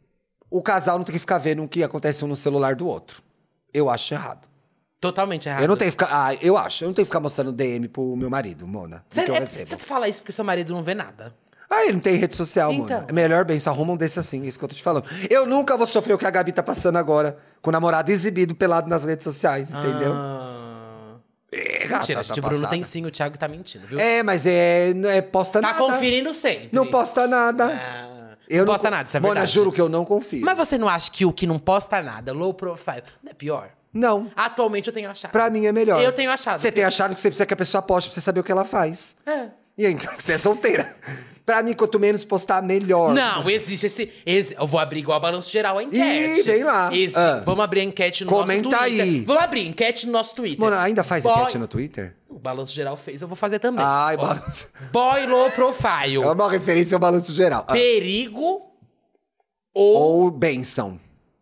o casal não tem que ficar vendo o que acontece um no celular do outro. Eu acho errado. Totalmente errado. Eu não tenho que ficar. Ah, eu acho. Eu não tenho que ficar mostrando D M pro meu marido, Mona. do Você, que eu é, recebo. você fala isso porque seu marido não vê nada. Ah, ele não tem rede social, Então. Mona. É melhor bem, só arruma um desse assim, isso que eu tô te falando. Eu nunca vou sofrer o que a Gabi tá passando agora, com o namorado exibido pelado nas redes sociais, entendeu? Ah... É, gata, Mentira, tá de Bruno passada. tem sim, o Thiago tá mentindo, viu? É, mas é, não é posta Tá nada. conferindo sempre. Não posta nada. Ah, Eu não posta nada, isso é Mona, verdade. juro que eu não confio. Mas você não acha que o que não posta nada, low profile, não é pior? Não. Atualmente eu tenho achado. Pra mim é melhor. Eu tenho achado. Você tem achado que você precisa que a pessoa poste pra você saber o que ela faz. É. E aí, então, você é solteira. Pra mim, quanto menos postar, melhor. Não, existe esse, esse- Eu vou abrir igual a Balanço Geral a enquete. Ih, vem lá. Exi- Ah. Vamos abrir a enquete no Comenta nosso Twitter. aí. Vamos abrir enquete no nosso Twitter. Mona, ainda faz Boy- enquete no Twitter? O Balanço Geral fez, eu vou fazer também. Ai, Ó, balanço. Boy low profile. É uma referência ao balanço geral. Ah. Perigo ou... Ou benção.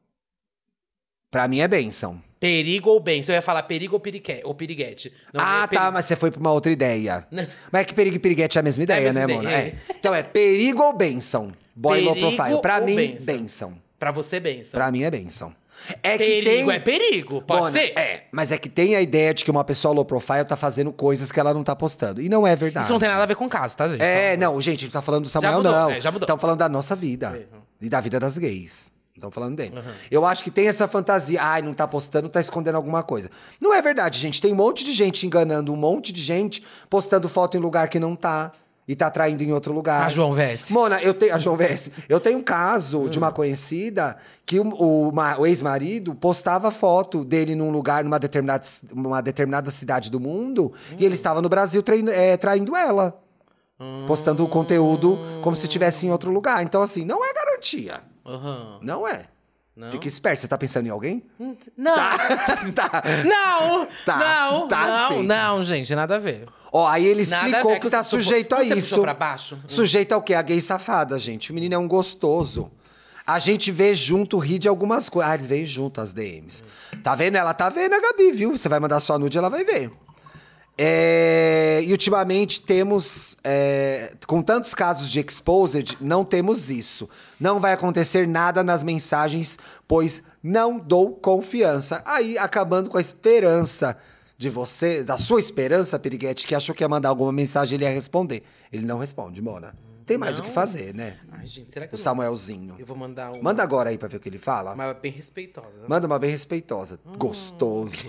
Pra mim é benção. Perigo ou bem. Você ia falar perigo ou, perique, ou piriguete. Não, ah, é tá, perigo. mas você foi pra uma outra ideia. mas é que perigo e piriguete é a mesma ideia, mesma né, ideia, Mona? é. É. Então é perigo ou benção? Boy low Perigo profile. Pra ou mim, bênção? benção. Pra você, benção. Pra mim é benção. É Perigo que tem... é perigo, pode Mona, ser? É, mas é que tem a ideia de que uma pessoa low profile tá fazendo coisas que ela não tá postando. E não é verdade. Isso não tem nada a ver com o caso, tá, gente? É, Só- não, gente, a gente tá falando do Samuel, mudou, não. é, já mudou. Estamos falando da nossa vida. E da vida das gays. Estamos falando dele. Eu acho que tem essa fantasia. Ai, não tá postando, tá escondendo alguma coisa. Não é verdade, gente. Tem um monte de gente enganando um monte de gente, postando foto em lugar que não tá. E tá traindo em outro lugar. A João Vesse. Mona, eu tenho. A João Vesse. Eu tenho um caso hum. de uma conhecida que o, o, o ex-marido postava foto dele num lugar, numa determinada, uma determinada cidade do mundo, hum. e ele estava no Brasil traindo, é, traindo ela. Hum. Postando o conteúdo como se estivesse em outro lugar. Então, assim, não é garantia. Uhum. Não é. Não? Fica esperto. Você tá pensando em alguém? Não. Tá. tá. Não. Tá. Não. Tá, não, sim. não, gente, nada a ver. Ó, aí ele Nada explicou a ver, que tá você sujeito puxou, a você isso. puxou pra baixo? Sujeito ao quê? A gay safada, gente. O menino é um gostoso. A gente vê junto, ri de algumas coisas. Ah, eles veem junto as D Ms. Tá vendo? Ela tá vendo a Gabi, viu? Você vai mandar sua nude, ela vai ver. É, e ultimamente temos, é, com tantos casos de exposed, não temos isso. Não vai acontecer nada nas mensagens, pois não dou confiança. Aí, acabando com a esperança de você, da sua esperança, Piriguete, que achou que ia mandar alguma mensagem, ele ia responder. Ele não responde, Mona. Tem mais não. o que fazer, né? Ai, gente, será que o eu Samuelzinho. Eu vou mandar uma... Manda agora aí pra ver o que ele fala. Uma bem respeitosa. Né? Manda uma bem respeitosa. Hum. Gostoso.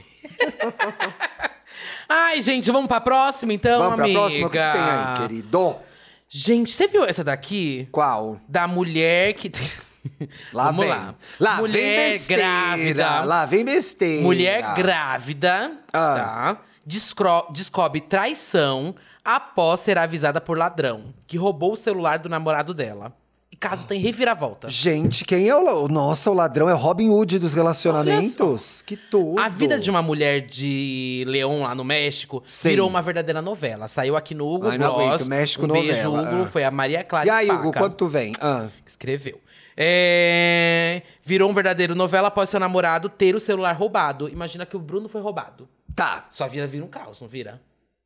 Ai, gente, vamos pra próxima, então, vamos amiga? Vamos pra próxima? O que, que tem aí, querido? Gente, você viu essa daqui? Qual? Da mulher que... Lá vamos vem. lá. Lá mulher vem besteira. grávida. Lá vem besteira. Mulher grávida, ah. tá? Descro- descobre traição após ser avisada por ladrão, que roubou o celular do namorado dela. E caso tem reviravolta. Gente, quem é o... Nossa, o ladrão é Robin Hood dos relacionamentos? Que tudo. A vida de uma mulher de León lá no México Sim. virou uma verdadeira novela. Saiu aqui no Hugo Ai, não Bros. aguento, México um novela. beijo, Hugo. Ah. Foi a Maria Clara E aí, Spaca, Hugo, quanto tu vem? Ah. que escreveu. É... Virou um verdadeiro novela após seu namorado ter o celular roubado. Imagina que o Bruno foi roubado. Tá. Sua vida vira um caos, não vira?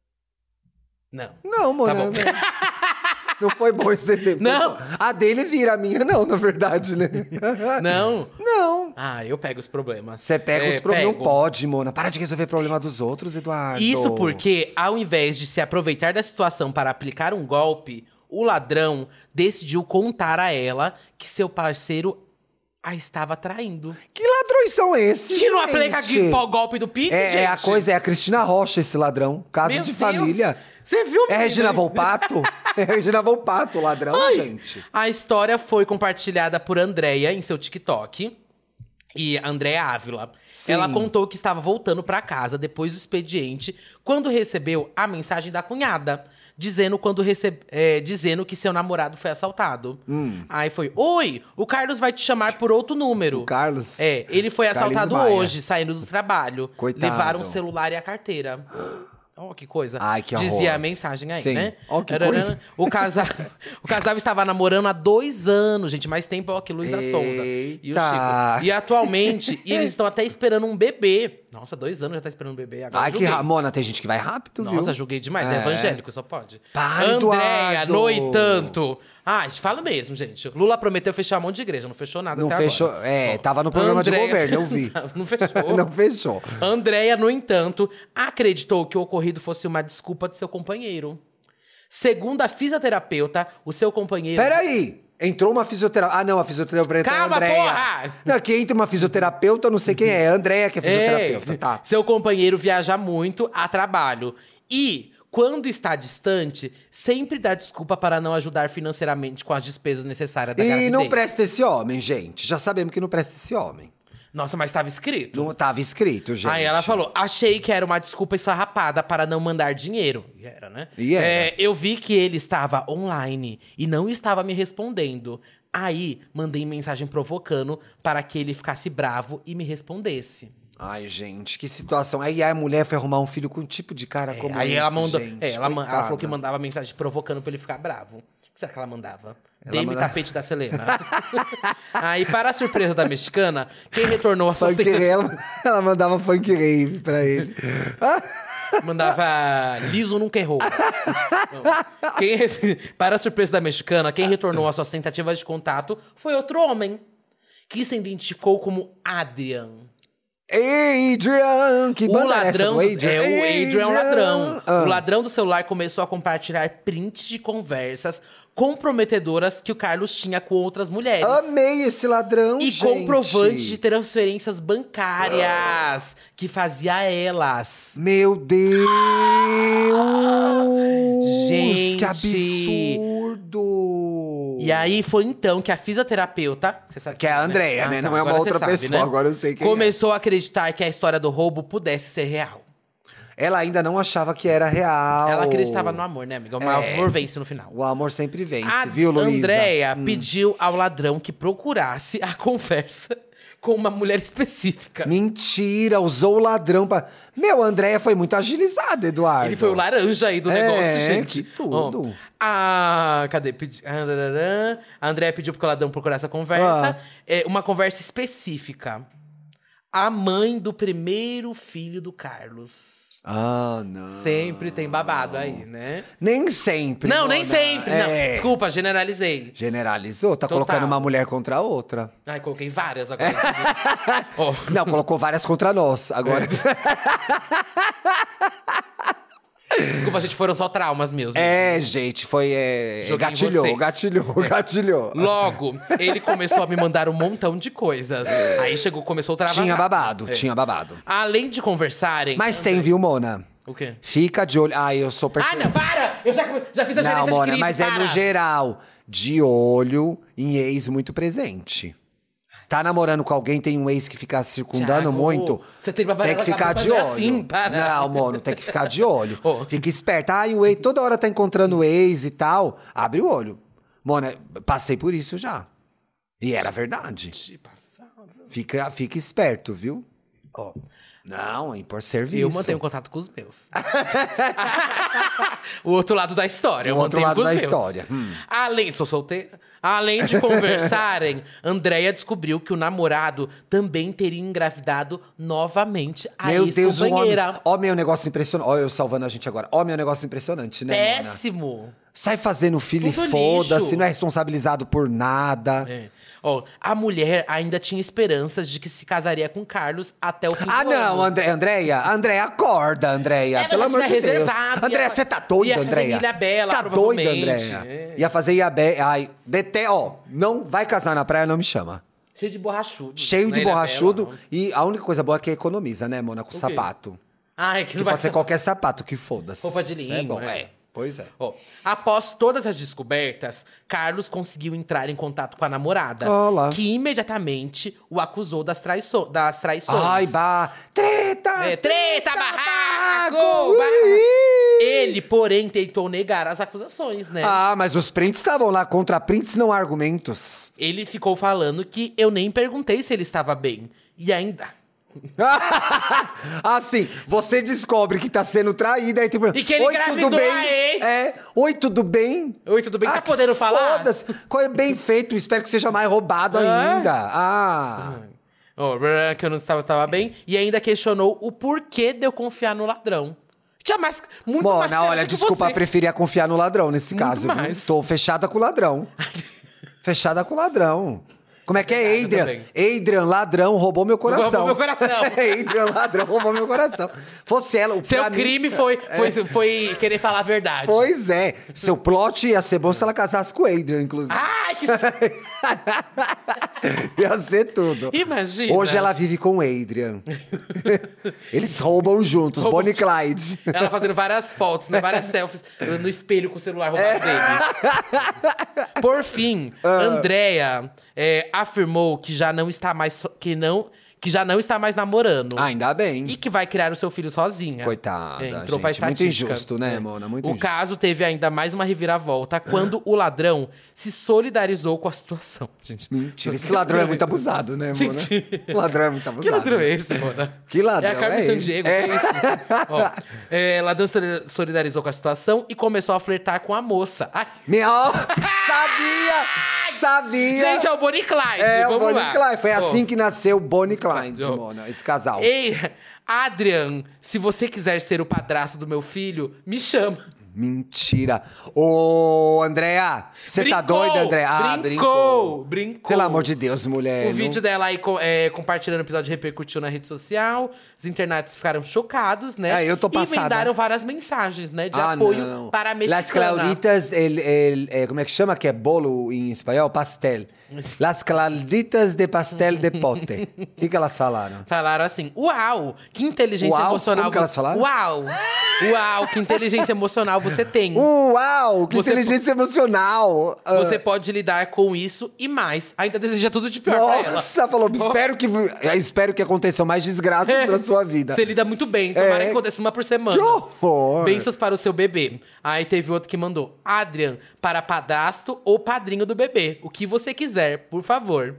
Não. Não, mano. Tá bom. Não foi bom esse exemplo. Não. A dele vira, a minha não, na verdade, né? Não? Não. Ah, eu pego os problemas. Você pega É, os problemas. pego. Não pode, Mona. Para de resolver problema dos outros, Eduardo. Isso porque, ao invés de se aproveitar da situação para aplicar um golpe, o ladrão decidiu contar a ela que seu parceiro a estava traindo. Que ladrões são esses, Que não gente? aplica aqui o golpe do Pix, é, gente? é a coisa, é a Cristina Rocha esse ladrão. Casos Meu de Deus. família. Você viu, É menina? Regina Volpato? É Regina Volpato, o ladrão, Ai. gente. A história foi compartilhada por Andréia em seu TikTok. E Andréia Ávila. Sim. Ela contou que estava voltando para casa depois do expediente, quando recebeu a mensagem da cunhada, dizendo, quando recebe, é, dizendo que seu namorado foi assaltado. Hum. Aí foi, oi, o Carlos vai te chamar por outro número. O Carlos? É, ele foi Carlinhos assaltado Maia. hoje, saindo do trabalho. Coitado. Levaram o celular e a carteira. Oh, que coisa. Ai, que horror. Dizia a mensagem aí, Sim. né? Ó, que Ararã. coisa. O casal, o casal estava namorando há dois anos, gente. Mais tempo ó, que Luísa Sonza e o Eita. Chico. E atualmente, e eles estão até esperando um bebê. Nossa, dois anos já tá esperando um bebê. Agora Ai, que julguei. ra... Mona, tem gente que vai rápido, viu? Nossa, julguei demais. É, É. evangélico, só pode. Para, Andréia, Eduardo. no entanto... Ah, fala mesmo, gente. Lula prometeu fechar um monte de igreja. Não fechou nada Não até fechou. agora. É, Bom, tava no programa Andréia- de governo, eu vi. Não fechou. Não fechou. Andréia, no entanto, acreditou que o ocorrido fosse uma desculpa de seu companheiro. Segundo a fisioterapeuta, o seu companheiro... Peraí! Entrou uma fisioterapeuta. Ah, não, a fisioterapeuta Calma, é a Andréia. porra! Não, aqui entra uma fisioterapeuta, eu não sei quem é. A Andréia que é fisioterapeuta, É. tá. Seu companheiro viaja muito a trabalho. E, quando está distante, sempre dá desculpa para não ajudar financeiramente com as despesas necessárias da E gravidez. não presta esse homem, gente. Já sabemos que não presta esse homem. Nossa, mas estava escrito. Não tava escrito, gente. Aí ela falou, achei que era uma desculpa esfarrapada para não mandar dinheiro. E era, né? E era. É, eu vi que ele estava online e não estava me respondendo. Aí, mandei mensagem provocando para que ele ficasse bravo e me respondesse. Ai, gente, que situação. Aí a mulher foi arrumar um filho com um tipo de cara como Aí esse, ela mandou. gente. É, ela, man- ela Coitada. falou que mandava mensagem provocando pra ele ficar bravo. O que será que ela mandava? Ela Dê-me manda- tapete da Selena. Aí, para a surpresa da mexicana, quem retornou a suas Funk, tentativas. ela, ela mandava funk rave pra ele. Mandava liso nunca errou. Não. Quem re- Para a surpresa da mexicana, quem retornou às suas tentativas de contato foi outro homem, que se identificou como Adrian. Adrian! Que O banda é essa ladrão, do Adrian? é, o Adrian é um ladrão. Ah. O ladrão do celular começou a compartilhar prints de conversas comprometedoras que o Carlos tinha com outras mulheres. Amei esse ladrão, E gente. comprovantes de transferências bancárias que fazia a elas. Meu Deus! Gente! Que absurdo! E aí foi então que a fisioterapeuta… Você sabe Que é a Andrea, né? Ah, Não tá, é uma agora outra você sabe, pessoa, né? agora eu sei quem Começou a acreditar que a história do roubo pudesse ser real. Ela ainda não achava que era real. Ela acreditava no amor, né, amiga? O É. amor vence no final. O amor sempre vence, A viu, Luísa? Andrea pediu ao ladrão que procurasse a conversa com uma mulher específica. Mentira, usou o ladrão pra… Meu, a Andrea foi muito agilizada, Eduardo. Ele foi o laranja aí do É, negócio, gente. que tudo. Ó, a… Cadê? Pedi, a Andrea pediu pro ladrão procurar essa conversa. Ah. É, uma conversa específica. A mãe do primeiro filho do Carlos. Ah, não. Sempre tem babado aí, né? Nem sempre, Não, nem Mona. sempre. Não, É. desculpa, generalizei. Generalizou? Tá Total. colocando uma mulher contra a outra. Ai, coloquei várias agora. Ó. Não, colocou várias contra nós. Agora… Desculpa, gente, foram só traumas mesmo. É, gente, foi… É, Joguei em gatilhou, vocês. gatilhou, gatilhou. Logo, ele começou a me mandar um montão de coisas. Aí chegou, começou a travasar. Tinha babado, É. tinha babado. Além de conversarem… Mas tem, viu, Mona? O quê? Fica de olho… Ai, eu sou… Ah, não, para! Eu já, já fiz a Não, gerência Mona, de crise, mas é para. no geral. De olho em ex muito presente. Tá namorando com alguém, tem um ex que fica circundando Thiago, muito. você tem babado Tem que na ficar cabeça de olho. assim, para. Não, mano, tem que ficar de olho. Ô. Fica esperto. Ai, o ex toda hora tá encontrando o ex e tal. Abre o olho. Mona, passei por isso já. E era verdade. Fica, fica esperto, viu? Ó, Não, hein, por serviço. eu mantenho contato com os meus. O outro lado da história. Eu O outro mantenho lado com os da meus. história. Hum. Além, sou solteira. Além de conversarem, Andrea descobriu que o namorado também teria engravidado novamente a Meu Deus, o homem… ex-companheira. Ó, meu negócio impressionante. Ó, eu salvando a gente agora. Ó, meu negócio impressionante, né, Mona? Péssimo. Sai fazendo filho e Tudo foda-se, lixo. não é responsabilizado por nada. É. Ó, a mulher ainda tinha esperanças de que se casaria com Carlos até o fim Ah, do não, ano. André, Andréia. Andréia, acorda, Andréia. É, mas Pelo já amor de tinha Deus. reservado, Andréia, ia- você tá ia doida, fazer Andréia? Ilha Bela, Você tá doida, provavelmente. Andréia? É. Ia fazer Ilha Bela. Ai, dete... Ó, não vai casar na praia, não me chama. Cheio de borrachudo. Cheio Na de Ilha borrachudo. Bela, não. E a única coisa boa é que economiza, né, Mona? Com quê? sapato. Ai, que Que não vai pode ser ser qualquer sapato, que foda-se. Roupa de Isso é linho, bom, é. é. Pois é. Ó, após todas as descobertas, Carlos conseguiu entrar em contato com a namorada, Olá. que imediatamente o acusou das, traiço das traições. Ai, bah. Treta! É, treta, barraco! barraco! barraco. Ui! Ele, porém, tentou negar as acusações, né? Ah, mas os prints estavam lá. Contra prints, não argumentos. Ele ficou falando que eu nem perguntei se ele estava bem. E ainda… Assim, você descobre que tá sendo traída, aí tipo, E que ele oi, engravidou tudo bem? a ex. É, oi, tudo bem? Oi, tudo bem? Tá Ah, podendo falar? Foda-se. Co- Bem feito, espero que seja mais roubado Ah. ainda. Ah. Ó, que eu não estava, estava bem. E ainda questionou o porquê de eu confiar no ladrão. Tinha mais… Muito mais Mona, certo olha, que desculpa, você. preferia confiar no ladrão nesse Muito caso. viu? mais. Tô fechada com o ladrão. fechada com o ladrão. Como é que é, Verdade, Adrian? também. Adrian, ladrão, roubou meu coração. Roubou meu coração. Adrian, ladrão, roubou meu coração. Fosse ela, o Seu pra mim- crime foi, foi, foi querer falar a verdade. Pois é. Seu plot ia ser bom se ela casasse com o Adrian, inclusive. Ai, que… Ia ser tudo. Imagina. Hoje ela vive com o Adrian. Eles roubam juntos, Roubam- Bonnie e Clyde. Ela fazendo várias fotos, né? Várias selfies no espelho com o celular roubado dele. Por fim, Ah. Andrea é, afirmou que já não está mais so- que não que já não está mais namorando. Ah, ainda bem. E que vai criar o seu filho sozinha. Coitada, É, entrou gente. pra Muito estatística. injusto, né, É. Mona? Muito o injusto. caso teve ainda mais uma reviravolta quando o ladrão se solidarizou com a situação. Gente, Mentira, esse ladrão é muito abusado, né, Mona? Gente. O ladrão é muito abusado. Que ladrão é né? esse, Mona? Que ladrão É a Carmen é San esse? Diego, É. que é isso? Ó, é, ladrão se solidarizou com a situação e começou a flertar com a moça. Ai, Meu, sabia! Sabia! gente, é o Bonnie e Clyde. É, o vamos Bonnie lá. e Clyde. Foi Ó, assim que nasceu o Bonnie e Clyde, Ó. Mona. Esse casal. Ei, Adrian, se você quiser ser o padrasto do meu filho, me chama. Mentira. Ô, Andréa, você tá doida, Andréa? Ah, brincou, brincou. brincou. Pelo amor de Deus, mulher. O não... vídeo dela aí é, compartilhando o episódio repercutiu na rede social. Os internautas ficaram chocados, né? É, eu tô passada. E mandaram várias mensagens, né? De ah, apoio não. para a mexicana. Las Clauditas, el, el, el, como é que chama? Que é bolo em espanhol? Pastel. Las Clauditas de pastel de pote. O que, que elas falaram? Falaram assim, uau, que inteligência Uau? emocional... Como que elas falaram? Uau, uau, que inteligência emocional você tem. Uau, que Você inteligência emocional. Ah. Você pode lidar com isso e mais. Ainda deseja tudo de pior pra ela. Nossa, falou, espero que, espero que aconteçam mais desgraças É. na sua vida. Você lida muito bem, tomara É. que aconteça uma por semana. Que horror. Bênçãos para o seu bebê. Aí teve outro que mandou, Adrian, para padrasto ou padrinho do bebê. O que você quiser, por favor.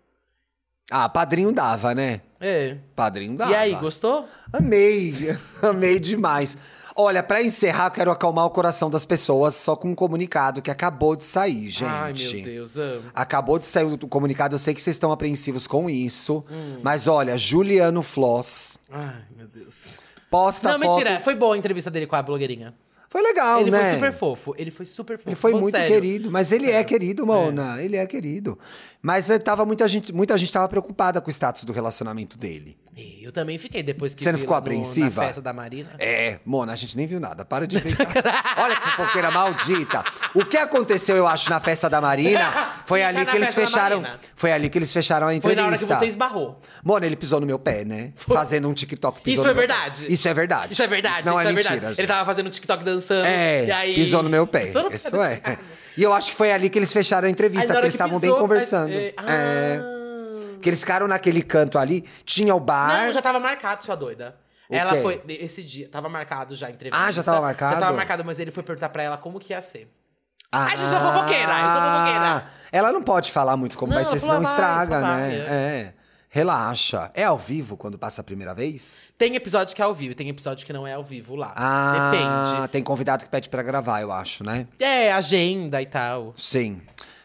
Ah, padrinho dava, né? É. Padrinho dava. E aí, gostou? Amei, amei demais. Olha, pra encerrar, eu quero acalmar o coração das pessoas só com um comunicado que acabou de sair, gente. Ai, meu Deus, amo. Acabou de sair o comunicado, eu sei que vocês estão apreensivos com isso. Hum. Mas olha, Juliano Floss Ai, meu Deus. posta Não, foto... mentira, foi boa a entrevista dele com a blogueirinha. Foi legal, ele né? Ele foi super fofo, ele foi super fofo. Ele foi Falando muito sério. querido, mas ele é, é querido, Mona. É. Ele é querido. Mas eh, tava muita gente, muita gente tava preocupada com o status do relacionamento dele. Eu também fiquei, depois que Você não vi ficou lá apreensiva? No, na festa da Marina. É, Mona, a gente nem viu nada. Para de inventar. Olha que fofoqueira maldita. O que aconteceu, eu acho, na festa da Marina, foi Fica ali na que eles festa da fecharam. Marina. Foi ali que eles fecharam a Foi entrevista. na hora que você esbarrou. Mona, ele pisou no meu pé, né? Foi. Fazendo um TikTok pisou Isso no é meu verdade. Pé. Isso é verdade. Isso é verdade, Isso não isso é, é mentira. verdade. gente. Ele tava fazendo um TikTok dançando. É, e aí... pisou no meu pé. Pisou no Isso pé. é. E eu acho que foi ali que eles fecharam a entrevista, Aí, na que hora eles que estavam bem pisou, conversando. mas, é, É. ah. Que eles ficaram naquele canto ali, tinha o bar. Não, já tava marcado, sua doida. O Ela quê? foi. Esse dia, tava marcado já a entrevista. Ah, já tava marcado? Já tava marcado, mas ele foi perguntar pra ela como que ia ser. Ah, Ai, gente, eu sou fofoqueira, eu sou fofoqueira. Ela não pode falar muito como Não, vai ser, ela falou, senão vai, estraga, só vai, né? É. Relaxa. É ao vivo quando passa a primeira vez? Tem episódio que é ao vivo, tem episódio que não é ao vivo lá. Ah, Depende. tem convidado que pede pra gravar, eu acho, né? É, agenda e tal. Sim.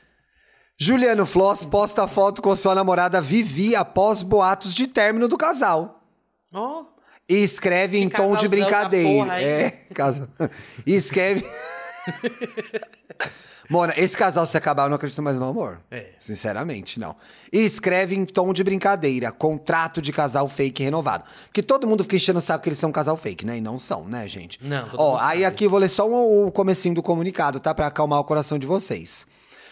Juliano Floss posta foto com sua namorada Vivi após boatos de término do casal. Ó. Oh. E escreve Que em tom de casalzão da brincadeira. porra, hein? É, casal. E escreve. Mona, esse casal se acabar, eu não acredito mais no amor. É. Sinceramente, não. E escreve em tom de brincadeira, contrato de casal fake renovado. Porque todo mundo fica enchendo o saco que eles são um casal fake, né? E não são, né, gente? Não, todo Ó, mundo aí sabe. aqui eu vou ler só o, o comecinho do comunicado, tá? Pra acalmar o coração de vocês.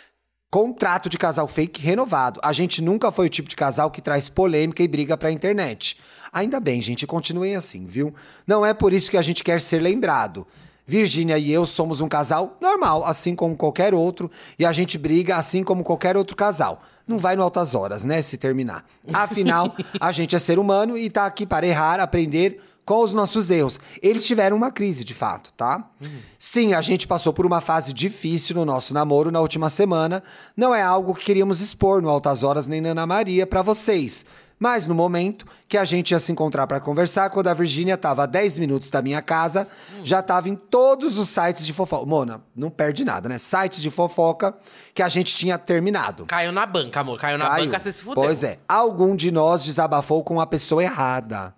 Contrato de casal fake renovado. A gente nunca foi o tipo de casal que traz polêmica e briga pra internet. Ainda bem, gente, continuem assim, viu? Não é por isso que a gente quer ser lembrado. Virgínia e eu somos um casal normal, assim como qualquer outro, e a gente briga assim como qualquer outro casal. Não vai no altas horas, né, se terminar. Afinal, a gente é ser humano e tá aqui para errar, aprender com os nossos erros. Eles tiveram uma crise, de fato, tá? Uhum. Sim, a gente passou por uma fase difícil no nosso namoro na última semana. Não é algo que queríamos expor no Altas Horas nem na Ana Maria pra vocês. Mas no momento que a gente ia se encontrar para conversar, quando a Virgínia tava a dez minutos da minha casa, hum. já tava em todos os sites de fofoca. Mona, não perde nada, né? Sites de fofoca que a gente tinha terminado. Caiu na banca, amor. Caiu na Caiu. banca, você se fudeu. Pois é. Algum de nós desabafou com a pessoa errada.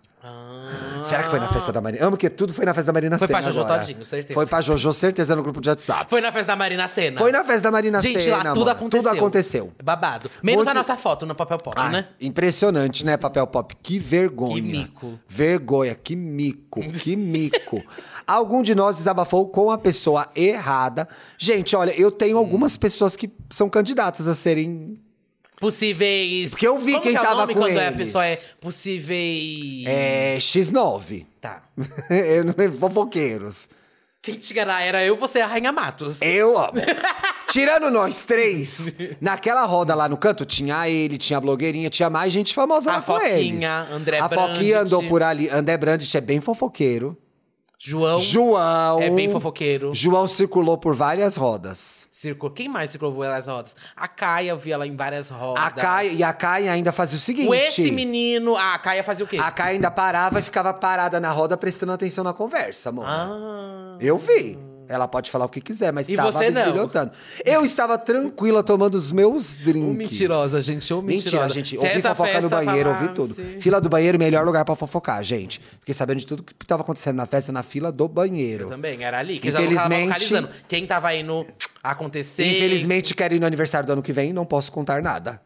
Ah. Será que foi na festa da Marina? Amo que tudo foi na festa da Marina Foi Sena pra Jojo agora. todinho, certeza. Foi pra Jojo, certeza, no grupo de WhatsApp. Foi na festa da Marina Sena. Foi na festa da Marina Gente, Sena, lá tudo mano. aconteceu. Tudo aconteceu. Babado. Menos Muito- a nossa foto no papel pop, Ai, né? impressionante, né, papel pop? Que vergonha. Que mico. Vergonha, que mico, que mico. Algum de nós desabafou com a pessoa errada. Gente, olha, eu tenho algumas pessoas que são candidatas a serem... Possíveis... Porque eu vi Como quem que é o tava nome com quando é a eles. pessoa é possíveis... É, xis nove. Tá. Eu não lembro, fofoqueiros. Quem te gará era eu, você e a Rainha Matos. Eu amo. Tirando nós três, naquela roda lá no canto, tinha ele, tinha a blogueirinha, tinha mais gente famosa A lá com eles. Foquinha, André A Brandt. Foquinha andou por ali. André Brandt é bem fofoqueiro. João João. é bem fofoqueiro. João circulou por várias rodas. Circulou. Quem mais circulou por várias rodas? A Caia, eu vi ela em várias rodas. A Caia, e a Caia ainda fazia o seguinte. O esse menino... Ah, a Caia fazia o quê? A Caia ainda parava e ficava parada na roda prestando atenção na conversa, amor. Ah... Eu vi. Ela pode falar o que quiser, mas E estava você não? bisbilhotando. Eu estava tranquila tomando os meus drinks. Ô, mentirosa, gente, ô, mentirosa. Mentira, gente. Se Ouvi essa fofoca no festa banheiro, ouvi falasse- tudo. Fila do banheiro, melhor lugar pra fofocar, gente. Fiquei sabendo de tudo que estava acontecendo na festa, na fila do banheiro. Eu também, era ali. Que já tava Infelizmente- localizando. Quem tava indo acontecer... Infelizmente, quero ir no aniversário do ano que vem e não posso contar nada.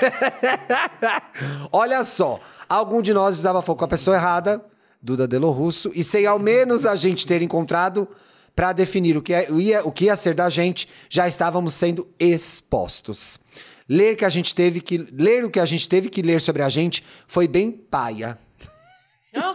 Olha só, algum de nós desabafou com a pessoa errada, Duda Delo Russo, e sem ao menos a gente ter encontrado para definir o que, é, o, ia, o que ia ser da gente, já estávamos sendo expostos. Ler, que a gente teve que, ler o que a gente teve que ler sobre a gente foi bem paia. Ah.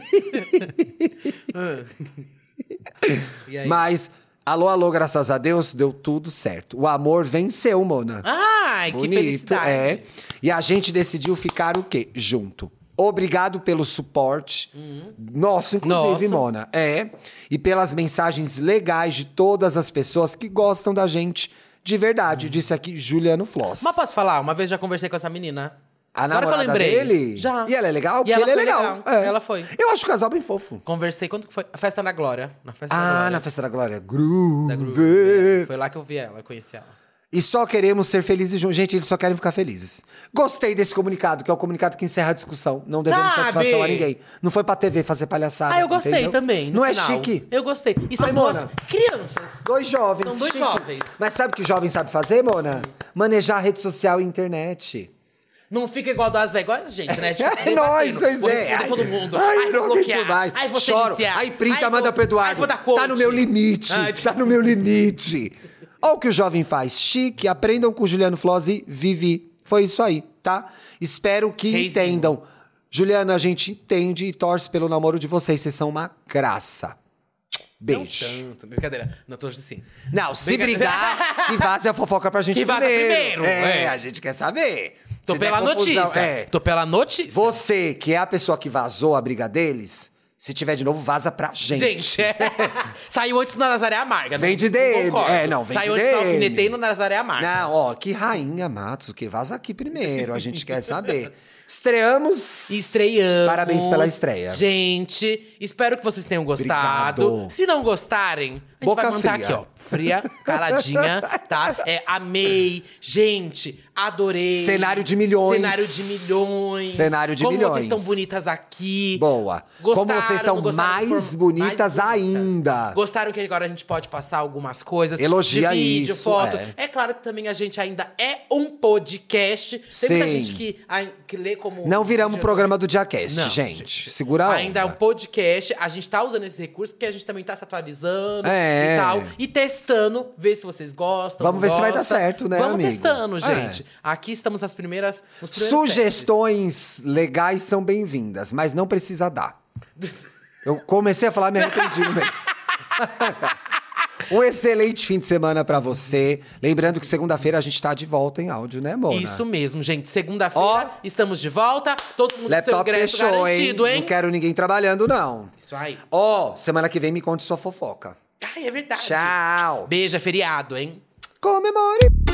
E aí? Mas, alô, alô, graças a Deus, deu tudo certo. O amor venceu, Mona. Ai, que Bonito, felicidade. é. E a gente decidiu ficar o quê? Junto. Obrigado pelo suporte. Nosso, inclusive, Nosso. Mona. É. E pelas mensagens legais de todas as pessoas que gostam da gente de verdade. Disse aqui Juliano Floss. Mas posso falar? Uma vez já conversei com essa menina. A Agora que eu namorada lembrei. dele? Já. E ela é legal? E Porque ela ele é foi legal. legal. É. Ela foi. Eu acho o casal bem fofo. Conversei, quando que foi? A Festa na Glória. Na Festa da Ah, Glória. na Festa da Glória. Da Groove. Groove. É, foi lá que eu vi ela, eu conheci ela. E só queremos ser felizes juntos. Gente, eles só querem ficar felizes. Gostei desse comunicado, que é o comunicado que encerra a discussão. Não devemos Sabe? satisfação a ninguém. Não foi pra T V fazer palhaçada. Ah, eu gostei entendeu? também. no Não é final. chique? Eu gostei. E são Ai, duas Mona. crianças. Dois jovens. São dois chique. jovens. Mas sabe o que jovem sabe fazer, Mona? Manejar rede social e internet. Não fica igual das velhas, igual a gente, né? Tipo, se É nóis, debatendo. pois Vou é. responder todo mundo. Ai, Ai, vou não bloquear. aguento mais. Ai, vou Choro. silenciar. Ai, printa, Ai, manda vou- pro Eduardo. Ai, vou dar Tá coach. no meu limite. Ai, Tá no meu limite. Olha o que o jovem faz. Chique, aprendam com o Juliano Floss e Vivi. Foi isso aí, tá? Espero que Reizinho. entendam. Juliana, a gente entende e torce pelo namoro de vocês. Vocês são uma graça. Beijo. Não tanto, brincadeira. Não tô assim. Não, se Brincadeira. brigar, que vaze a fofoca pra gente Que vaza primeiro, É, é. a gente quer saber. Tô Se der pela confusão, notícia. É. Tô pela notícia. Você, que é a pessoa que vazou a briga deles, se tiver de novo, vaza pra gente. Gente, é. Saiu antes do Nazaré Amarga. Vem não- de não D M. concordo. É, não, vem Saiu de antes do D M. Alfinetei no Nazaré Amarga. Não, ó, que rainha Matos, que vaza aqui primeiro, a gente quer saber. Estreamos. Estreamos. Parabéns pela estreia. Gente, espero que vocês tenham gostado. Obrigado. Se não gostarem, a gente Boca vai manter fria. aqui, ó. Fria, caladinha, tá? É, amei. Gente, adorei. Cenário de milhões. Cenário de milhões. Cenário de Como milhões. vocês estão bonitas aqui. Boa. Gostaram, Como vocês estão não gostaram mais de forma- bonitas mais bonitas. ainda. Gostaram que agora a gente pode passar algumas coisas. Elogia de vídeo, isso, foto. é. É. claro que também a gente ainda é um podcast. Tem muita Sim. gente que, ai- que lê como... Não viramos o vídeo. programa do Diacast, Não, gente. Segura a onda. Ainda é um podcast. A gente tá usando esse recurso porque a gente também tá se atualizando É. e tal. E testando, ver se vocês gostam. Vamos não ver se vai dar gostam. certo, né, Vamos amigo? testando, É. gente. Aqui estamos nas primeiras... Nos primeiros Sugestões legais são bem-vindas, mas não precisa dar. Eu comecei a falar, me arrependi no meio. Um excelente fim de semana pra você. Lembrando que segunda-feira a gente tá de volta em áudio, né, Mona? Isso mesmo, gente. Segunda-feira Ó. estamos de volta. Todo mundo com seu Laptop ingresso fechou, garantido, hein? Não quero ninguém trabalhando, não. Isso aí. Ó, semana que vem me conte sua fofoca. Ai, é verdade. Tchau. Beijo, é feriado, hein? Comemore.